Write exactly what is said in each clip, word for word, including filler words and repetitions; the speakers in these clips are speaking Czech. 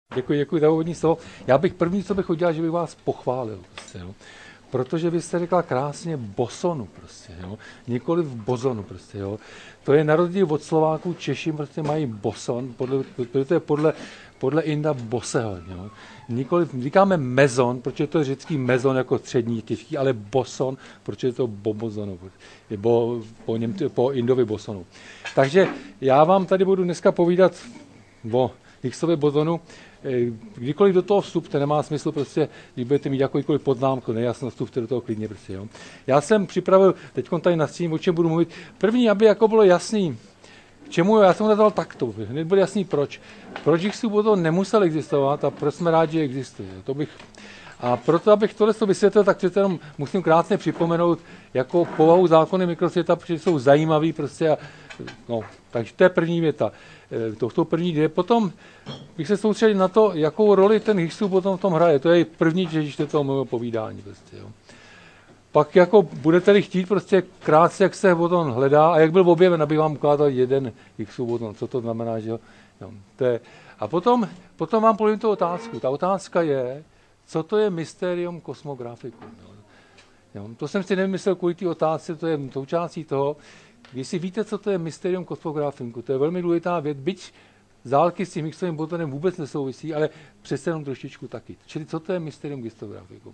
Děkuji, děkuji za úvodní slovo. Já bych první, co bych udělal, že bych vás pochválil. Prostě, jo. Protože vy jste řekla krásně bosonu, prostě, jo. Nikoli v bozonu, prostě, jo. To je na rozdíl od Slováků, Češi prostě mají boson, podle, to je podle, podle Inda boseho, jo. Nikoli, říkáme mezon, protože to je řecký mezon jako střední, těžký, ale boson, protože je to bobozonu, bo, po, něm, po Indovi bosonu. Takže já vám tady budu dneska povídat o Higgsově bozonu. Kdykoliv do toho vstupte, nemá smysl prostě, když budete mít jakoukoliv poznámku, nejasnost, vstupte do toho klidně prostě, jo. Já jsem připravil, teď tady na stream, o čem budu mluvit. První, aby jako bylo jasný, k čemu, já jsem ho nazval takto, hned byl jasný proč. Proč Higgsův bozon nemusel existovat a proč jsme rádi, že existuje. To bych, a proto, abych tohle vysvětlil, tak přece jenom musím krátce připomenout jako povahu zákony mikrosvěta, protože jsou zajímavý prostě a, no, takže to je první věta. To jsou první dvě. Potom bych se soustředil na to, jakou roli ten Higgsův potom v tom hraje. To je první těžiště toho mého povídání. Prostě, jo. Pak jako budete-li chtít prostě krátce, jak se boson hledá a jak byl objeven, abych vám ukázal jeden Higgsův boson. Co to znamená, že jo. To je. A potom, potom vám položím tu otázku. Ta otázka je, co to je mysterium kosmografiku. Jo. To jsem si nevymyslel kvůli té otázce, to je součástí toho. Jestli víte, co to je mysterium kosmografiku, to je velmi důležitá věc, byť zálky s tím Higgsovým bosonem vůbec nesouvisí, ale přece jenom trošičku taky. Čili co to je mysterium kosmografiku.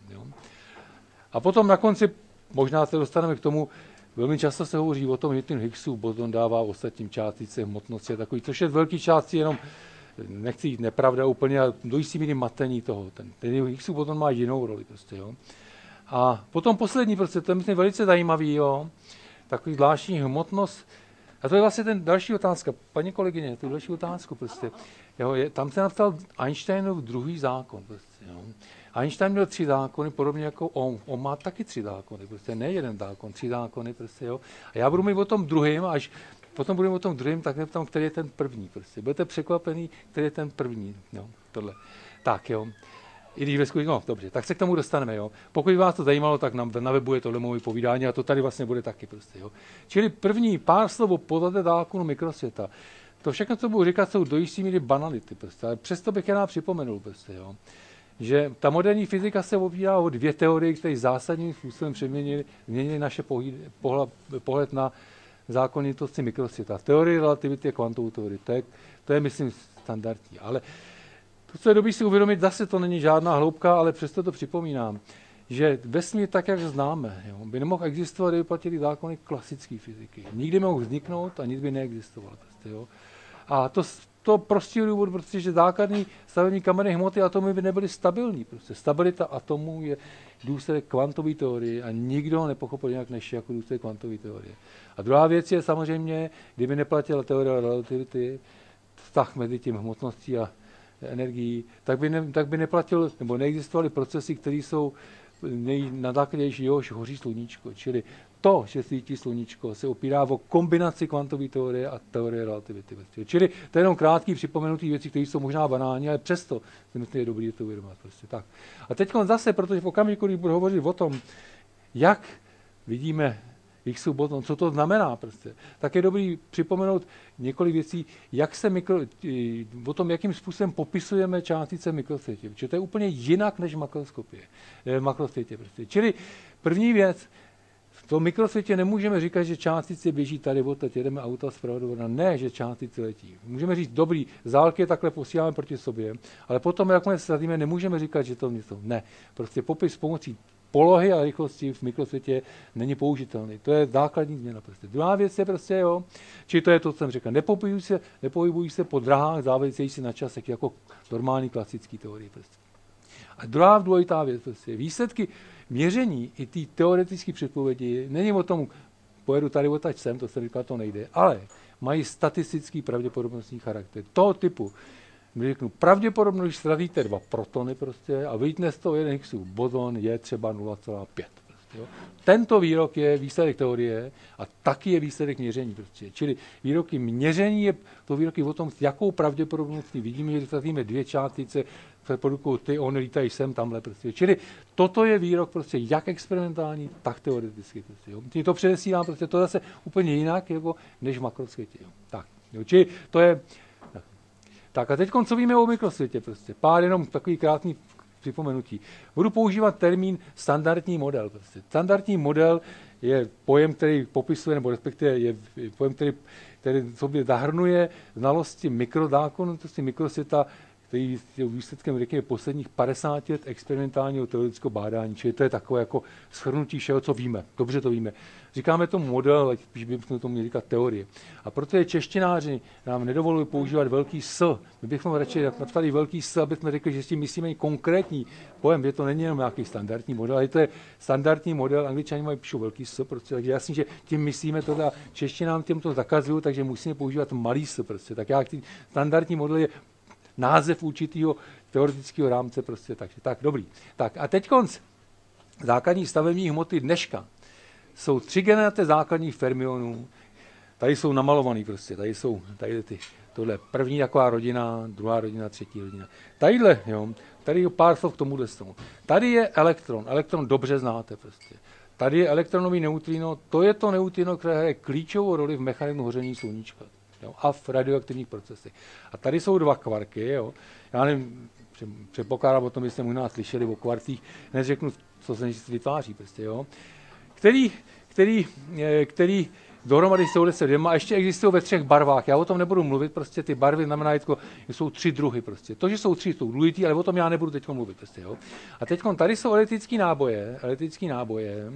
A potom na konci, možná se dostaneme k tomu, velmi často se hovoří o tom, že ten Higgsův boson dává ostatním částice hmotnosti a takový, což je z velké části jenom, nechci jít nepravda úplně, ale do jistý míry matení toho. Ten, ten Higgsův boson má jinou roli. Prostě, jo. A potom poslední, prostě, to je myslím velice zajímavý, jo. Takový zvláštní hmotnost. A to je vlastně ten další otázka. Paní kolegyně, tu další otázku prostě. Jo, je, tam se napsal Einsteinův druhý zákon. Prostě, jo. Einstein měl tři zákony, podobně jako on. On má taky tři zákony, prostě ne jeden zákon, tři zákony. Prostě, jo. A já budu mluvit o tom druhém, až potom budu mluvit o tom druhém, tak neptám, který je ten první. Prostě. Budete překvapený, který je ten první. Jo, tohle. Tak jo. I když ve skutečnosti, no dobře, tak se k tomu dostaneme, jo. Pokud vás to zajímalo, tak na, na webu je tohle moje povídání a to tady vlastně bude taky prostě, jo. Čili první pár slov o podstatě zákonu mikrosvěta. To všechno, co budu říkat, jsou do jistý míry banality, prostě, ale přesto bych je nám připomenul, prostě, jo. Že ta moderní fyzika se opírá o dvě teorie, které zásadním způsobem přeměnily, změnily naše pohled, pohled na zákonitosti mikrosvěta. Teorie relativity a kvantovou teorii, to je, to je myslím, standardní, ale to, co je dobré si uvědomit, zase to není žádná hloubka, ale přesto to připomínám, že vesmír tak, jak známe, jo, by nemohl existovat, kdyby platily zákony klasické fyziky. Nikdy mohl vzniknout a nic by neexistoval. Prostě, jo. A to, to prostý důvod, protože základní stavební kamenné hmoty atomy by nebyly stabilní. Prostě stabilita atomů je důsledek kvantové teorie a nikdo ho nepochopil jinak než jako důsledek kvantové teorie. A druhá věc je samozřejmě, kdyby neplatila teorie relativity, vztah mezi tím hmotností a energií, tak by, ne, tak by neplatil, nebo neexistovaly procesy, které jsou nej, na základě jehož hoří sluníčko. Čili to, že svítí sluníčko, se opírá o kombinaci kvantové teorie a teorie relativity. Čili to je jenom krátký připomenutý věci, které jsou možná banální, ale přesto si myslím, je dobrý to uvědomit. Prostě. Tak. A teď zase, protože v okamžiku, když budu hovořit o tom, jak vidíme Higgsův boson, co to znamená prostě, tak je dobrý připomenout několik věcí, jak se mikro, o tom, jakým způsobem popisujeme částice v mikrosvětě. Protože to je úplně jinak než v makroskopě, v makrosvětě. Prostě. Čili první věc, v tom mikrosvětě nemůžeme říkat, že částice běží tady, odtud jedeme auta zprava do voda. Ne, že částice letí. Můžeme říct, dobrý, zálky takhle posíláme proti sobě, ale potom, jakmile se zadíme, nemůžeme říkat, že to něco. Ne, prostě popis pomocí polohy a rychlosti v mikrosvětě není použitelný. To je základní změna. Prostě. Druhá věc je prostě, jo, či to je to, co jsem říkal, nepohybují se, nepohybují se po drahách závisející na časech, jako normální klasický teorie. Prostě. A druhá důležitá věc, prostě, výsledky měření i té teoretické předpovědi, není o tom, pojedu tady odtaď sem, to se říká, to nejde, ale mají statistický pravděpodobnostní charakter. Toho typu, když řeknu, pravděpodobně, když srazíte dva protony prostě, a vyjde z toho jeden Higgsův boson je třeba nula celá pět. Prostě, jo. Tento výrok je výsledek teorie a taky je výsledek měření. Prostě. Čili výroky měření je to výroky o tom, s jakou pravděpodobností vidíme, že srazíme dvě částice, produkují ty, oni lítají sem, tamhle. Prostě. Čili toto je výrok prostě jak experimentální, tak teoreticky. Prostě, jo. To předesílám, prostě to zase úplně jinak jako než v makrosvětě. Jo. Tak, jo. Čili to je... Tak a teď co víme o mikrosvětě prostě? Pár jenom takový krátný připomenutí. Budu používat termín standardní model. Prostě. Standardní model je pojem, který popisuje, nebo respektive je pojem, který, který sobě zahrnuje znalosti mikrozákonitosti mikrosvěta, který je výsledkem, řekněme, posledních padesáti let experimentálního teoretického bádání. Čili to je takové jako shrnutí všeho, co víme. Dobře to víme. Říkáme tomu model, ale spíš bychom tomu měli říkat teorie. A protože češtináři nám nedovolují používat velký S, my bychom radši napsali velký S, aby jsme řekli, že s tím myslíme konkrétní pojem, že to není jenom nějaký standardní model, ale to je standardní model, Angličani mají píšou velký S, prostě, takže jasně, že tím myslíme to, a češtinám těm to zakazují, takže musíme používat malý S, prostě. Tak já tím standardní model je název určitého teoretického rámce, prostě takže tak, dobrý. Tak a teď konc základní stavební hmoty dneška jsou tři generace základních fermionů. Tady jsou namalovaný prostě, tady jsou tady ty, tohle první taková rodina, druhá rodina, třetí rodina. Tadyhle, jo, tady je pár slov k tomuhle tomu. Tady je elektron, elektron dobře znáte prostě. Tady je elektronový neutrino, to je to neutrino, které hraje klíčovou roli v mechanismu hoření sluníčka. Jo, a v radioaktivních procesech. A tady jsou dva kvarky, jo. Já nevím, předpokládám o tom, že jste možná slyšeli o kvarcích, hned řeknu, co se vytváří, prostě, jo. Který, který, který dohromady jsou se dvěma, a ještě existují ve třech barvách. Já o tom nebudu mluvit, prostě ty barvy znamenají, že jsou tři druhy, prostě. To, že jsou tři, jsou důležitý, ale o tom já nebudu teď mluvit, prostě, jo. A teď tady jsou elektrické náboje, elektrické náboje,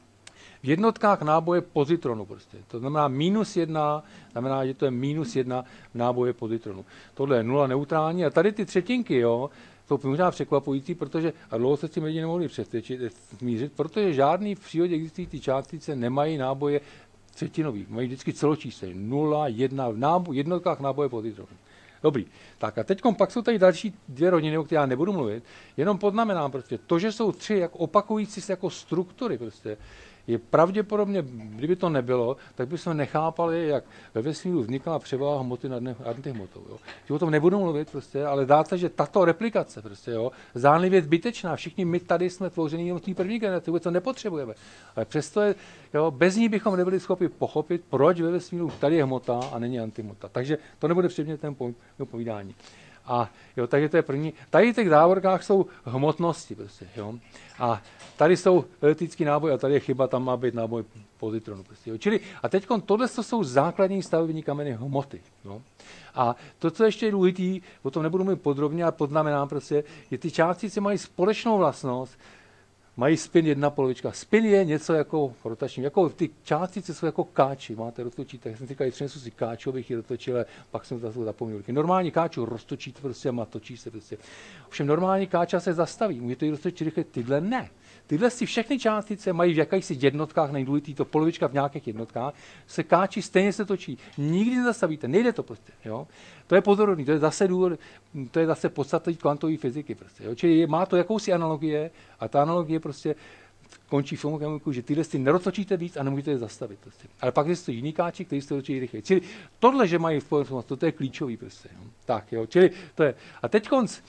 v jednotkách náboje pozitronu prostě. To znamená minus jedna, znamená, že to je minus jedna náboje pozitronu. Tohle je nula neutrální a tady ty třetinky, jo, jsou možná překvapující, protože, a dlouho se s tím lidi nemohli přesvědčit, smířit, protože žádný v přírodě existující částice nemají náboje třetinový, mají vždycky celočíslný, nula, jedna, v nábo, jednotkách náboje pozitronu. Dobrý. Tak a teď pak jsou tady další dvě rodiny, o kterých já nebudu mluvit, jenom poznamenám prostě to, že jsou tři jak opakující se jako struktury prostě, je pravděpodobně, kdyby to nebylo, tak bychom nechápali, jak ve vesmíru vznikala převaha hmoty nad antihmotou. Jo. Že o tom nebudu mluvit, prostě, ale dá se, že tato replikace, prostě, jo, zdánlivě zbytečná, všichni my tady jsme tvoření jenom té první generace, vůbec to nepotřebujeme. Ale přesto je, jo, bez ní bychom nebyli schopni pochopit, proč ve vesmíru tady je hmota a není antihmota. Takže to nebude předmětem povídání. A jo, takže to je první. Tady v těch závorkách jsou hmotnosti. Prostě, jo. A tady jsou elektrický náboj a tady je chyba, tam má být náboj pozitronu. Prostě, jo. Čili, a teď tohle jsou základní stavební kameny hmoty. Jo. A to, co ještě je důležitý, o tom nebudu mluvit podrobně, ale poznamenám prostě, že ty částice mají společnou vlastnost, mají spin jedna polovička. Spin je něco jako rotační, jako ty částice jsou jako káči, máte roztočit, tak jsem si říkal, přinesu si káču, abych ji roztočil, ale pak jsem to zapomněl. Normální káču roztočíte prostě a točí se prostě. Ovšem normální káča se zastaví, můžete ji roztočit rychle, tyhle ne. Tyhle si všechny částice mají v jakýchsi jednotkách, nejdůležitý to polovička v nějakých jednotkách, se káčí, stejně se točí. Nikdy nezastavíte, nejde to prostě. Jo? To je pozorodný, to je zase důvod, to je zase podstatný kvantové fyziky. Prostě, jo? Čili má to jakousi analogie a ta analogie prostě končí v tom, že tyhle si neroztočíte víc a nemůžete je zastavit. Prostě. Ale pak existují jiný káči, který se točí rychleji. Čili tohle, že mají společnost, to je klíčový. Prostě, jo? Tak, jo? Čili to je. A teď konc.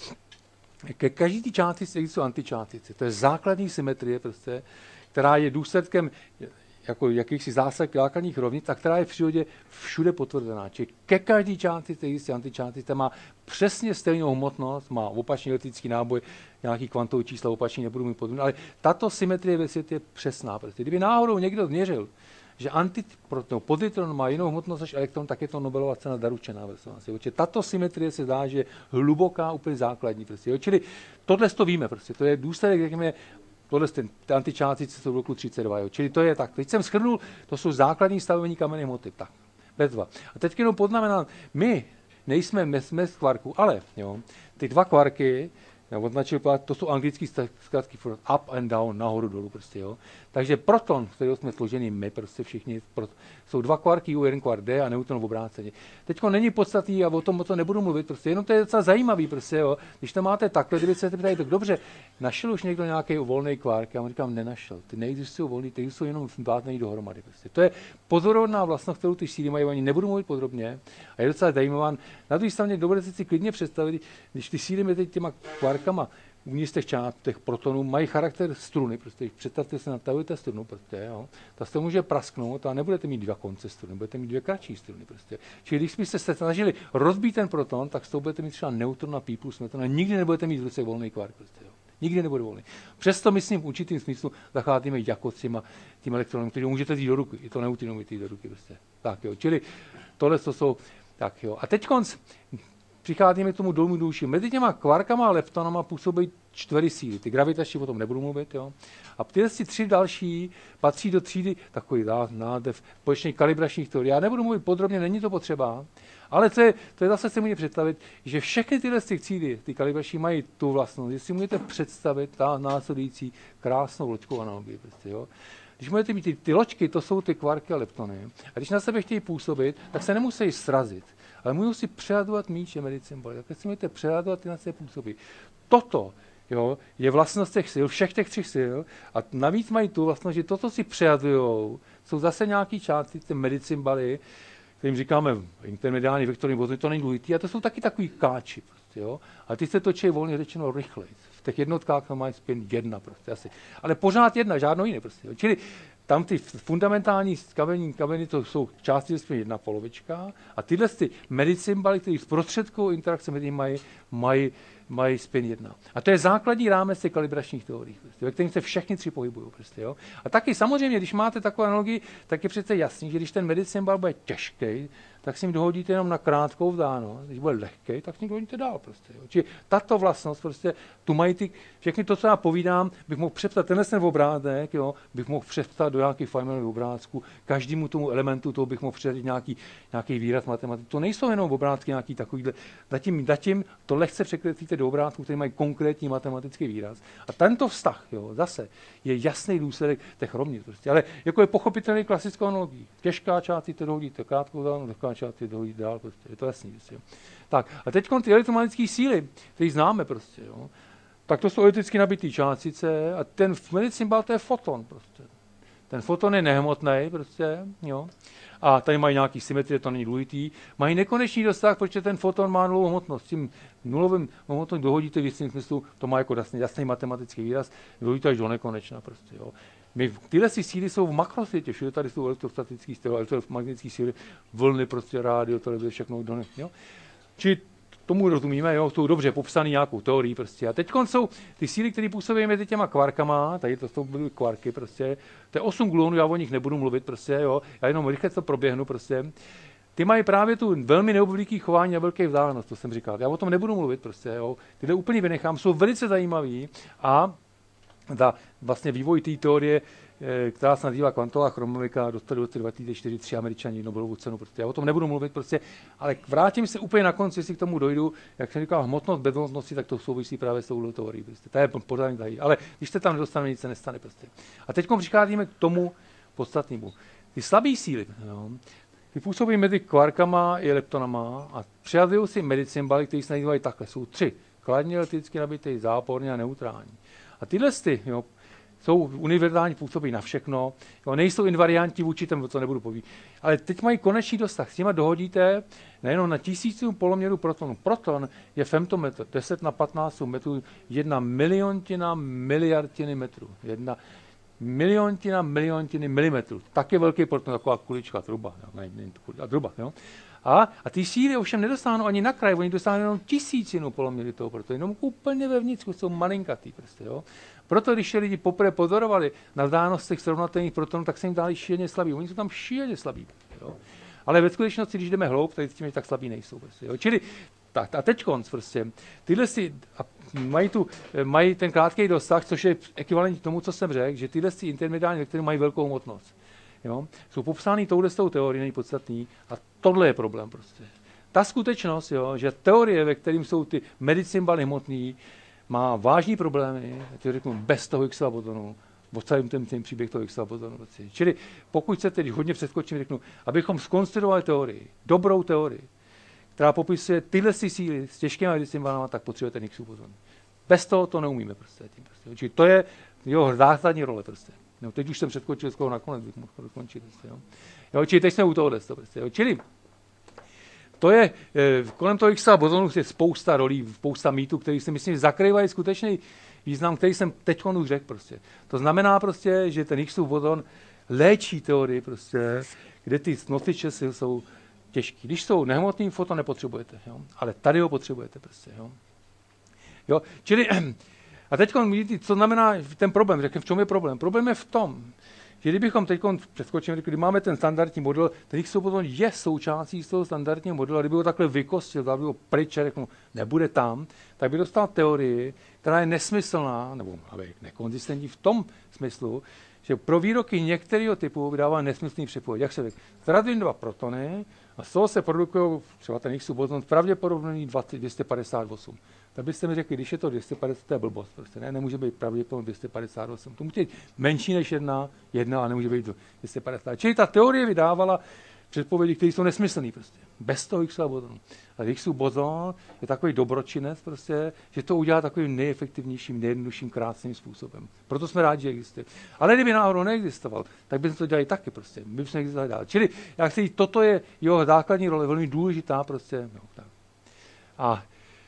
Ke každý té částice existují antičástice. To je základní symetrie, prostě, která je důsledkem jako jakýchsi zásad základních rovnic a která je v přírodě všude potvrzená. Čili ke každé částice existuje antičástice, má přesně stejnou hmotnost, má opačný elektrický náboj, nějaký kvantový čísla opačný, nebudu mít podrobně, ale tato symetrie ve světě je přesná. Prostě. Kdyby náhodou někdo změřil, že antiproton, pozitron má jinou hmotnost než elektron, tak je to Nobelova cena zaručená. Prostě. Tato symetrie se zdá, že je hluboká, úplně základní. Prostě. Čili tohle to víme. Prostě. To je důsledek, řekněme, tohle ty antičástice jsou v roku třicet dva. Jo. Čili to je tak. Teď jsem shrnul, to jsou základní stavební kameny hmoty. Tak, bez dva. A teď jenom poznamenám, my nejsme mes kvarků, ale jo, ty dva kvarky, já označil, to jsou anglické zkratky for up and down, nahoru dolů prostě, jo. Takže proton, z kterého jsme složeni my, prostě všichni, jsou dva kvarky U, jeden kvark D a neutron v obráceně. Teďko není podstatný a o tom o tom nebudu mluvit, prostě, jenom to je docela zajímavý, prostě, jo. Když to máte takhle, kdyby se ptali, tak dobře, našel už někdo nějaký volný kvark? Já mu říkám, nenašel. Ty neexistují volný, ty jsou jenom vlátnený dohromady, prostě. To je pozorovná vlastnost, kterou ty síly mají, ani nebudu mluvit podrobně a je docela zajímavá. Na druhé straně dovedete si klidně představit, když ty síly mezi těma kvarky kvárkama uvnitř těch, část, těch protonů mají charakter struny. Prostě představte se, natahujete strunu, prostě, jo. Ta se může prasknout a nebudete mít dva konce struny, budete mít dvě kratší struny. Prostě. Čili když byste se snažili rozbít ten proton, tak z toho budete mít třeba neutron a pi plus neutron a nikdy nebudete mít v ruce volný kvark. Prostě, jo. Nikdy nebude volný. Přesto myslím v určitým smyslu zacházíme jako s těma, tím elektronem, který můžete jít do ruky. I to neutrinom jít do ruky. Prostě. Tak jo. Čili tohle to jsou. Tak jo. A teď konc. Přicházíme k tomu dolů důši. Mezi těma kvarkama a leptonama působí čtyři síly. Ty gravitační o tom nebudu mluvit. Jo. A tyhle tři další patří do třídy takový název společných kalibračních teorií. Já nebudu mluvit podrobně, není to potřeba. Ale to je, to je zase si můžete představit, že všechny tyhle ty třídy, ty kalibrační, mají tu vlastnost, že si můžete představit ta následující krásnou loďkovou analogii. Prostě, jo. Když můžete mít ty, ty loďky, to jsou ty kvarky a leptony. A když na sebe chtějí působit, tak se nemusí srazit. Ale můžou si přehazovat míče medicimbaly. Tak si můžete přehazovat, ty na sebe působí. Toto jo, je vlastnost těch sil, všech těch třech sil. A navíc mají tu vlastnost, že toto si přehazujou. Jsou zase nějaký části, ty medicimbaly, kterým říkáme intermediální vektorní vozny, to není důležitý. A to jsou taky takový káči. Prostě, jo. A ty se točí volně řečeno rychleji. V těch jednotkách to mají spin jedna. Prostě, asi. Ale pořád jedna, žádnou jiný. Prostě, jo. Čili tam ty fundamentální kameny, kameny to jsou části spin jedna polovička a tyhle ty medicimbaly, které zprostředkují interakce mezi nimi mají, mají, mají spin jedna. A to je základní rámec těch kalibračních teorií, prostě, ve kterým se všechny tři pohybují. Prostě, jo. A taky samozřejmě, když máte takovou analogii, tak je přece jasný, že když ten medicimbal bude těžký, tak si jim dohodíte jenom na krátkou vzdálenost. Když bude lehký, tak si jim dohodíte dál. Prostě, jo. Čili tato vlastnost, prostě, tu mají ty, všechny to, co já povídám, bych mohl přepsat, tenhle ten obrázek, jo, bych mohl přepsat do nějakých Feynmanových obrázků, každému tomu elementu toho bych mohl předat nějaký, nějaký výraz matematiky. To nejsou jenom obrázky nějaký takovýhle. Zatím, zatím to lehce překreslíte do obrázků, které mají konkrétní matematický výraz. A tento vztah, jo, zase, je jasný důsledek těch rovnic. Prostě. Ale jako je pochopitelný klasickou analogii. Těžká část si to dohodíte, krátkou vzdálenost, část si dohodíte dál. Prostě. Je to jasný. Prostě, jo. Tak, a teď ty elektromagnetické síly, které známe, prostě, jo, tak to jsou elektricky nabitý částice a ten medicimbal to je foton. Prostě. Ten foton je nehmotný, prostě, jo. A tady mají nějaký symetrie, to není důležitý. Mají nekonečný dosah, protože ten foton má nulovou hmotnost. S tím nulovým hmotnost dohodíte v jistém smyslu, to má jako jasný, jasný matematický výraz, dohodíte až do nekonečna. Prostě, jo. My, tyhle síly jsou v makrosvětě, všude tady jsou elektrostatické síly, elektromagnetické síly, vlny, prostě rádio, televize, všechno. Jo. Čili tomu rozumíme, jo, jsou dobře popsaný nějakou teorií prostě. A teď jsou ty síly, které působí mezi těma kvarkama, tady to jsou byly kvarky prostě, to je osm gluonů, já o nich nebudu mluvit prostě, jo, já jenom rychle to proběhnu prostě. Ty mají právě tu velmi neobvyklý chování a velké vzdálenost, to jsem říkal. Já o tom nebudu mluvit prostě, jo. Tyhle úplně vynechám, jsou velice zajímavý a ta vlastně vývoj té teorie, která se nazývá kvantová chromologika, dostali v roce dva tisíce čtyři tři Američani Nobelovu cenu. Prostě. Já o tom nebudu mluvit, prostě, ale vrátím se úplně na konci, jestli k tomu dojdu. Jak jsem říkal, hmotnost bez hmotnosti, tak to souvisí právě s touhle teorií. Prostě. To je pořádně tady. Ale když se tam nedostaneme, nic se nestane. Prostě. A teď přicházíme k tomu podstatnému. Ty slabé síly, jo, ty působí mezi kvarkama i leptonama a přihazují si medicimbaly, které se nazývají takhle. Jsou tři. Kladně elektricky nabitý, záporně a neutrální. A tyhle ty, jo, jsou univerzální, působí na všechno, jo, nejsou invarianti vůči tomu, co nebudu povídat. Ale teď mají konečný dosah. S těma dohodíte nejenom na tisícům poloměru protonu. Proton je femtometr, deset na patnáct metrů, jedna miliontina miliardiny metrů. Jedna miliontina miliontiny milimetrů. Tak je velký proton, taková kulička, truba. Ne, ne, a truba, jo. A, a ty síly ovšem nedostanou ani na kraj, oni dostanou jenom tisícinu poloměry toho protonu, jenom úplně vevnitřku, jsou malinkatý. Prostě, jo. Proto, když lidi poprvé pozorovali na vzdálenostech srovnatelných protonů, tak se jim dáli šíleně slabí. Oni jsou tam šíleně slabí. Jo. Ale ve skutečnosti, když jdeme hloub, tak zjistíme, že tak slabí nejsou. Prostě, jo. Čili tak, a teď konc, prostě, tyhle si a mají, tu, mají ten krátký dosah, což je ekvivalent k tomu, co jsem řekl, že tyhle si intermediální vektory mají velkou hmotnost. Jo. Jsou popsány touhle s tou teorií, není podstatný, a tohle je problém. Prostě. Ta skutečnost, jo, že teorie, ve kterým jsou ty medicimbaly hmotný, má vážný problémy, to řeknu, bez toho Higgsova bozonu, o celém ten, ten příběh toho Higgsova bozonu. Čili pokud chcete, když hodně přeskočím, řeknu, abychom zkonstruovali teorii, dobrou teorii, která popisuje tyhle síly s těžkými medicimbalama, tak potřebujete Higgsův bozon. Bez toho to neumíme. Prostě, tím prostě. Čili to je jeho zásadní role. Prostě. No, teď už jsem přeskočil, skoro nakonec bych mohl dokončit. Prostě, jo. Jo, čili teď jsme u tohohle. Prostě, jo. Čili to je, kolem toho Higgsova bozonu je spousta rolí, spousta mýtů, který si myslím, zakrývají skutečný význam, který jsem teď už řekl prostě. To znamená prostě, že ten Higgsův bozon léčí teorii prostě, kde ty nosiče sil jsou těžký. Když jsou nehmotný, foton nepotřebujete, jo? Ale tady ho potřebujete prostě, jo? Jo? Čili, a teď co znamená ten problém, řekněme, v čem je problém? Problém je v tom, že kdybychom teď přeskočili, když máme ten standardní model, ten Higgsův bozon je součástí z toho standardního modelu, a kdyby ho takhle vykostil, dal by ho pryč a řeknu, nebude tam, tak by dostal teorii, která je nesmyslná, nebo nekonzistentní v tom smyslu, že pro výroky některého typu vydává nesmyslný přepověď. Jak se řekl, zradím dva protony a z toho se produkují třeba ten Higgsův bozon pravděpodobný dvě stě padesát osm. Tak byste mi řekli, když je to dvě stě padesát, to je blbost. Prostě ne, nemůže být pravděpodobně dvě stě padesát osm. To může být menší než jedna, jedna a nemůže být dvě stě padesát. Čili ta teorie vydávala předpovědi, které jsou nesmyslné prostě. Bez toho Higgsova bozonu. A Higgsův bozon je takový dobročinec prostě, že to udělá takovým nejefektivnějším, nejjednodušším, krásným způsobem. Proto jsme rádi, že existuje. Ale kdyby náhodou neexistoval, tak bychom to dělali taky prostě. My bychom existovali dál. Čili, jak si toto je jeho základní role, velmi důležitá prostě. No, tak. A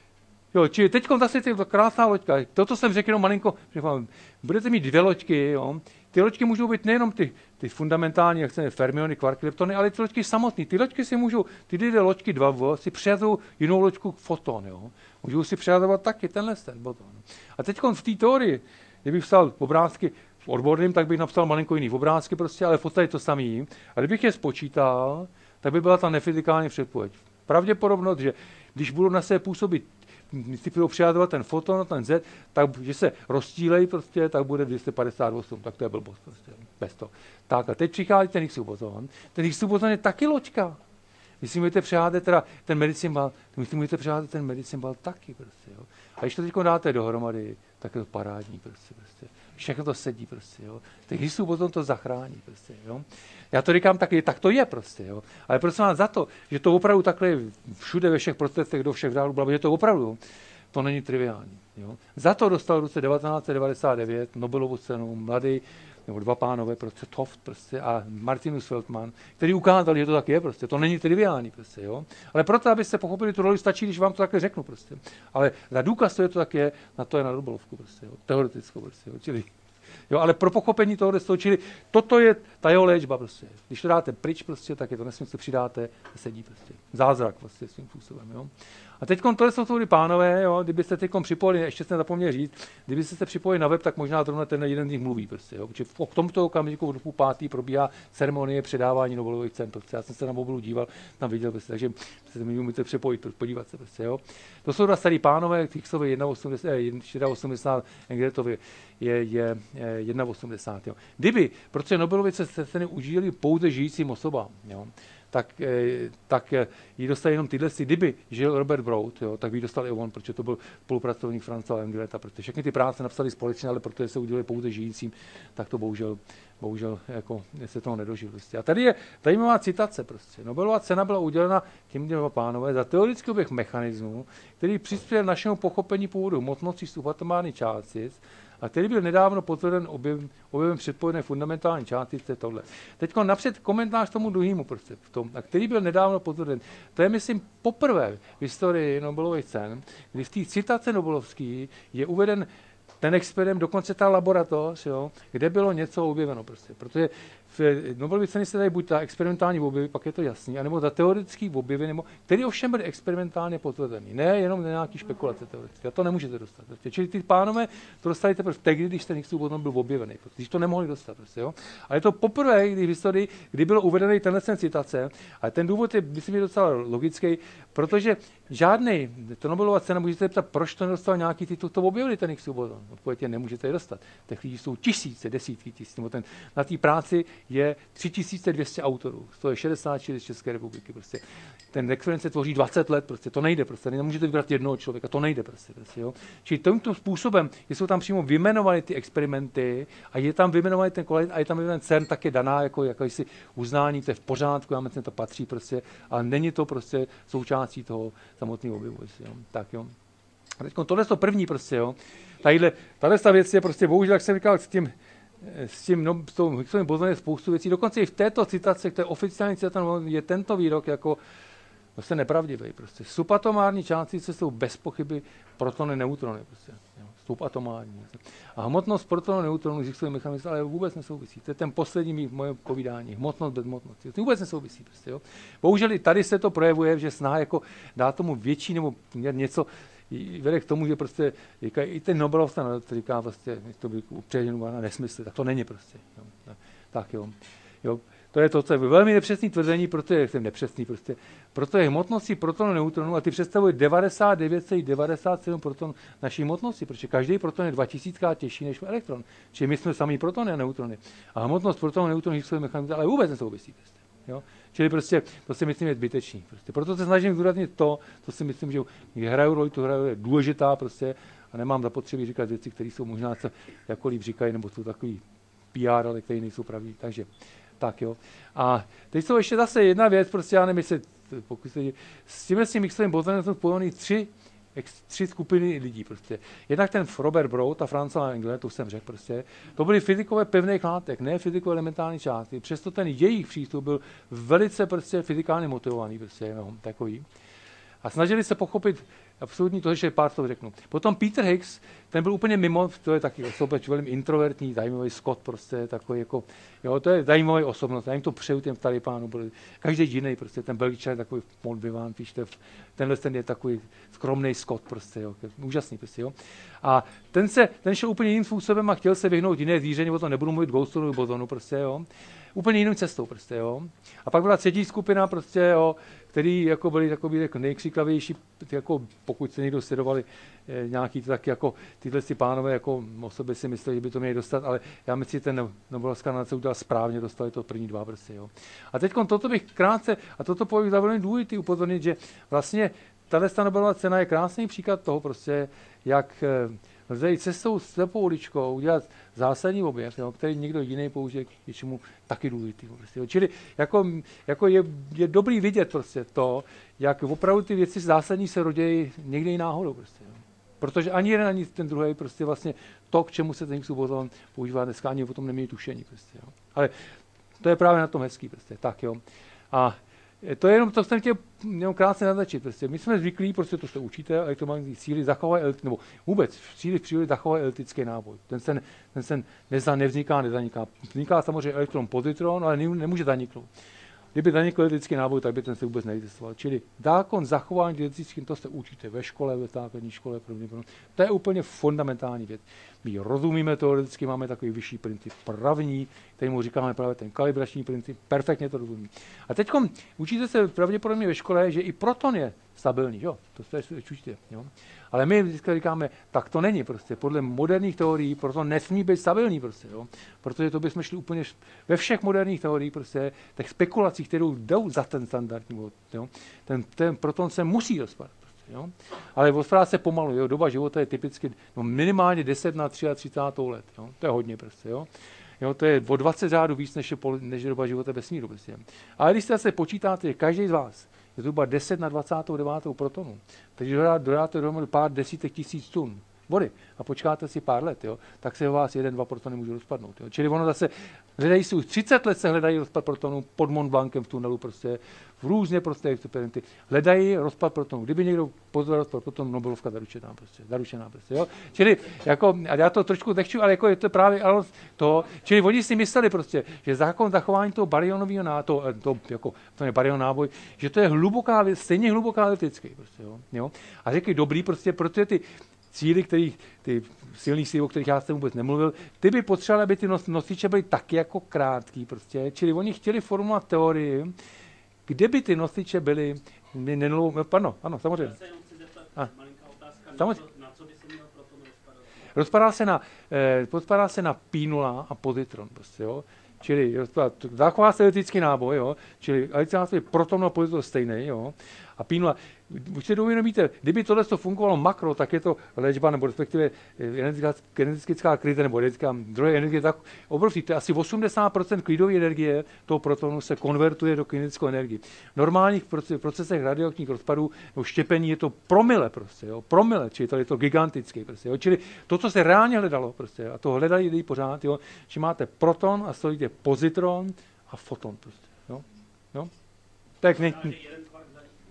jo, čili teď zase je to krásná loďka. Toto jsem řekl jenom malinko, že vám, budete mít dvě loďky, jo. Ty loďky můžou být nejenom ty, ty fundamentální, jak chceme, fermiony, kvarky, leptony, ale ty loďky samotné. Ty loďky si můžou, ty dvě loďky dva V, si přijadou jinou loďku foton, jo. Můžou si přijadovat taky tenhle ten boton. A teď v té teorii, kdybych psal obrázky v odborným, tak bych napsal malinko jiný obrázky prostě, ale v podstatě to samý. A kdybych je spočítal, tak by byla ta nefyzikální předpověď. Pravděpodobnost, že když budou na sebe působit, si budou přijadovat ten foton, ten Z, tak, že se rozstílejí prostě, tak bude dvě stě padesát osm, tak to je blbost prostě, bez toho. Tak a teď přichází ten Higgsův bozon. Ten Higgsův bozon je taky loďka. Vy si můžete přehádat teda ten medicinbal, vy si můžete přehádat ten medicinbal taky prostě, jo. A když to teď dáte dohromady, tak je to parádní prostě, prostě. Všechno to sedí prostě, jo. Ten Higgsův bozon to zachrání prostě, jo. Já to říkám taky, tak to je prostě, jo. Ale prosím vás za to, že to opravdu takhle je všude ve všech prostředcích, do všech dálů, že to opravdu, to není triviální, jo. Za to dostal v roce devatenáct set devadesát devět Nobelovu cenu mladý, nebo dva pánové, prostě Toft prostě a Martinus Feldman, který ukázali, že to tak je prostě, to není triviální prostě, jo. Ale proto, abyste pochopili tu roli, stačí, když vám to takhle řeknu prostě. Ale za důkaz, že to tak je, na to je na Nobelovku prostě, jo. Teoretickou prostě, jo. Čili jo, ale pro pochopení toho, čili toto je ta jeho léčba prostě. Když to dáte pryč prostě, tak je to nesmysl, přidáte, sedí prostě. Zázrak prostě svým způsobem, jo. A teď tohle jsou ty pánové, jo, kdybyste teď připojili, ještě jsem zapomněl říct, kdybyste se připojili na web, tak možná zrovna ten jeden z nich mluví prostě, jo. Protože v tomto okamžiku v půl pátý probíhá ceremonie předávání Nobelových cen, prostě. Já jsem se na mobilu díval, tam viděl prostě, takže se můžete připojit, podívat se prostě, jo. To jsou dva starý pánové, Higgsovi jedna osmdesát, Engeletovi je, je, je jedna osmdesát, jo. Kdyby, protože Nobelovy ceny užívaly pouze žijícím osobám, jo, tak, tak jí dostali jenom tyhle si. Kdyby žil Robert Broad, jo, tak by dostal i on, protože to byl spolupracovník Franza Engeleta, protože všechny ty práce napsali společně, ale protože se udělali pouze žijícím, tak to bohužel, bohužel jako se toho nedožil. Prostě. A tady je zajímavá citace. Prostě. Nobelova cena byla udělena těm dvěma pánové za teoretický oběh mechanismu, který přispěl našemu pochopení původu hmotnosti subatomárních částic, a který byl nedávno potvrden objevem, objevem předpojené fundamentální částice tohle. Teď napřed komentář tomu druhému, prostě v tom, a který byl nedávno potvrden. To je, myslím, poprvé v historii Nobelových cen, kdy v té citace Nobelovské je uveden ten experiment, dokonce ta laboratoř, jo, kde bylo něco objeveno. Prostě. Protože v Nobelově ceny se dají buď ta experimentální objevy, pak je to jasný, anebo za teoretický objevy, nebo, který ovšem byly experimentálně potvrzený. Ne jenom nějaký spekulace teoretické. A to nemůžete dostat. Prostě. Čili ty pánové to dostali teprve tehdy, když ten Higgsův bozon byl objevený. Prostě. Když to nemohli dostat. Prostě, jo. A je to poprvé, kdy v historii, kdy bylo uvedený tenhle ten citace. A ten důvod je, myslím, je docela logický, protože žádný, to Nobelova cena, můžete ptat, proč to nedostal nějaký titul, to objevili ten Higgsův bozon. Odpověď je, nemůžete je dostat. Těch lidí jsou tisíce, desítky tisíc. Ten, na té práci je tři tisíce dvě stě autorů. To je šedesát čtyři z České republiky. Prostě. Ten experiment se tvoří dvacet let. Prostě. To nejde. Prostě. Nemůžete vybrat jednoho člověka. To nejde. Prostě. Prostě, jo. Čili tímto způsobem, jsou tam přímo vyjmenovány ty experimenty a je tam vyjmenovaný ten kvalit a je tam vyjmenovaný cen tak je daná jako jakési uznání, to je v pořádku, já myslím, to patří prostě, ale není to prostě součástí toho samotného objevu. Prostě, jo. Tak jo. A teď tohle je to první prostě, jo. Tadyhle, tahle věc je prostě, bohužel, jak jsem říkal, s tím, s tím, no, s tím Higgsovým bozonem je spoustu věcí. Dokonce i v této citaci, to je oficiální citace, je tento výrok jako To je nepravdivý. Prostě. Subatomární částice jsou bez pochyby protony, neutrony. Prostě. Subatomární. A hmotnost protonů, neutronů, Higgsový mechanismus, ale vůbec nesouvisí. To je ten poslední moje povídání. Hmotnost bez hmotnosti. To vůbec nesouvisí. Prostě, jo. Bohužel i tady se to projevuje, že snaha jako dá tomu větší nebo něco, vede k tomu, že prostě říká, i ten Nobelovsta říká prostě, to by upřeženou na nesmysl, tak to není prostě. Jo. Tak jo. jo. To je to, co je velmi nepřesný tvrzení, protože je nepřesný prostě. Proto je hmotnosti protonů, neutronů a ty představují devadesát devět celá devadesát sedm proton naší hmotnosti, protože každý proton je dva tisíce těžší než elektron. Čili my jsme samý protony a neutrony. A hmotnost protonů, neutronů, Higgsový mechanismus, ale vůbec nesouvisí. Prostě. Jo? Čili prostě to si myslím je zbytečný. Prostě. Proto se snažím zdůraznit to, co si myslím, že hrajou roli, to hraje, je důležitá prostě a nemám zapotřebí říkat věci, které jsou možná co jakkoliv říkají, nebo jsou takový P R, ale které nejsou pravý. Takže tak jo. A teď jsou ještě zase jedna věc, prostě já nevím, jestli, pokud se, s tímhle s tím Higgsovým bosonem jsou spojený tři, tři skupiny lidí prostě. Jednak ten Robert Broad a François Englert, to jsem řekl prostě, to byly fyzikové pevných látek, ne fyzikové elementární části. Přesto ten jejich přístup byl velice prostě fyzikálně motivovaný prostě, no, takový. A snažili se pochopit absolutní to, že pár toho řeknu. Potom Peter Higgs, ten byl úplně mimo, to je taky osobnost velmi introvertní, zajímavý Scott prostě, takový jako, jo, to je zajímavý osobnost, já jim to přeju těm talibánům, každý jiný prostě, ten Belgičan je takový Moldviván, píšte, tenhle ten je takový skromný Scott prostě, jo, úžasný prostě, jo. A ten se, ten šel úplně jiným způsobem a chtěl se vyhnout jiné zvířeně, o tom nebudu mluvit Ghostonovi bozonu prostě, jo. Úplně jinou cestou prostě, jo. A pak byla třetí skupina prostě, jo, který jako byli takový jako nejkřiklavější, jako pokud se někdo sledovali eh, nějaký tak jako tyhle si pánové jako o sobě si mysleli, že by to měli dostat, ale já myslím, že ten Nobelovská nadace udělal správně, dostali to první dva prostě, jo. A teď toto bych krátce, a toto považuji za velmi důležitý upozornit, že vlastně tato Nobelová cena je krásný příklad toho prostě, jak eh, lze jít cestou slepou uličkou udělat zásadní objev, jo, který někdo jiný použije k něčemu taky důležitý. Prostě, jo. Čili jako, jako je, je dobrý vidět prostě to, jak opravdu ty věci zásadní se rodějí někde i náhodou. Prostě, jo. Protože ani jeden, ani ten druhý prostě vlastně to, k čemu se ten Higgsův bozon používá dneska, ani o tom nemějí tušení. Prostě, jo. Ale to je právě na tom hezký. Prostě, tak, jo. A to je jenom, to jsem chtěl jenom krátce naznačit. Prostě. My jsme zvyklí, prostě to se učíte, elektromagnetické síly zachovají, nebo vůbec síly v přírodě zachovají elektrický náboj. Ten se, ten se neza, nevzniká, nezaniká. Vzniká samozřejmě elektron, pozitron, ale nemůže zaniknout. Kdyby zanikl elektrický náboj, tak by ten se vůbec neexistoval. Čili zákon zachování elektrickým, to se učíte ve škole, ve základní škole, první, první. To je úplně fundamentální věc. My rozumíme teoreticky, máme takový vyšší princip pravní, kterému říkáme právě ten kalibrační princip, perfektně to rozumí. A teď učíte se pravděpodobně ve škole, že i proton je stabilní, jo, to se učíte, jo. Ale my vždycky říkáme, tak to není prostě, podle moderních teorií proton nesmí být stabilní prostě, jo, protože to bychom šli úplně ve všech moderních teoriích prostě, těch spekulacích, které jdou za ten standardní bod, jo, ten, ten proton se musí rozpadat. Jo? Ale rozpadá se pomalu, jo? Doba života je typicky no minimálně deset na třicet tři let. Jo? To je hodně prostě. Jo? Jo, to je o dvacet řádů víc, než je, pol, než je doba života vesmíru. Prostě. Ale když se počítáte, že každý z vás je zhruba deset na dvacet devět protonu, takže dodáte dohromady pár desítek tisíc tun vody a počkáte si pár let, jo, tak se u vás jeden, dva protony můžou rozpadnout. Jo. Čili ono zase, hledají si už třicet let se hledají rozpad protonů pod Mont Blancem v tunelu, prostě v různě prostě experimenty. Hledají rozpad protonů. Kdyby někdo pozoroval rozpad protonů, Nobelovka zaručená prostě, zaručená prostě, jo. Čili jako, a já to trošku nechci, ale jako je to právě ale to, čili oni si mysleli prostě, že zákon zachování toho barionového ná, to, to, jako, to je barion náboj, že to je hluboká, stejně hluboká elektrický prostě, jo. jo. A řekli dobrý prostě, protože ty cíly, který, ty silný síly, o kterých já jsem vůbec nemluvil, ty by potřebovaly, aby ty nosiče byly taky jako krátký prostě. Čili oni chtěli formulovat teorii, kde by ty nosiče byly, nenulou, pardon, ano, samozřejmě. Já se jenom chci zeptat, A. malinká otázka, Samozřejmě. na co, na co by se měl proton rozpadat? Rozpadá se na, eh, rozpadá se na P nula a pozitron prostě, jo. Čili zachová se elektrický náboj, jo. Čili elektrický náboj proton a pozitron stejný, jo. A P nula, už si uvědomíte, kdyby tohle fungovalo makro, tak je to léčba, nebo respektive energetická krize, nebo energetická druhé energie, tak obrovský. To je asi osmdesát procent klidové energie toho protonu se konvertuje do kinetickou energii. V normálních procesech radioaktivních rozpadů nebo štěpení je to promile prostě, jo, promile, čili to je to gigantický prostě, jo. Čili to, co se reálně hledalo prostě, a to hledají lidi pořád, jo, že máte proton a stojíte pozitron a foton prostě, jo, jo. Tak ne,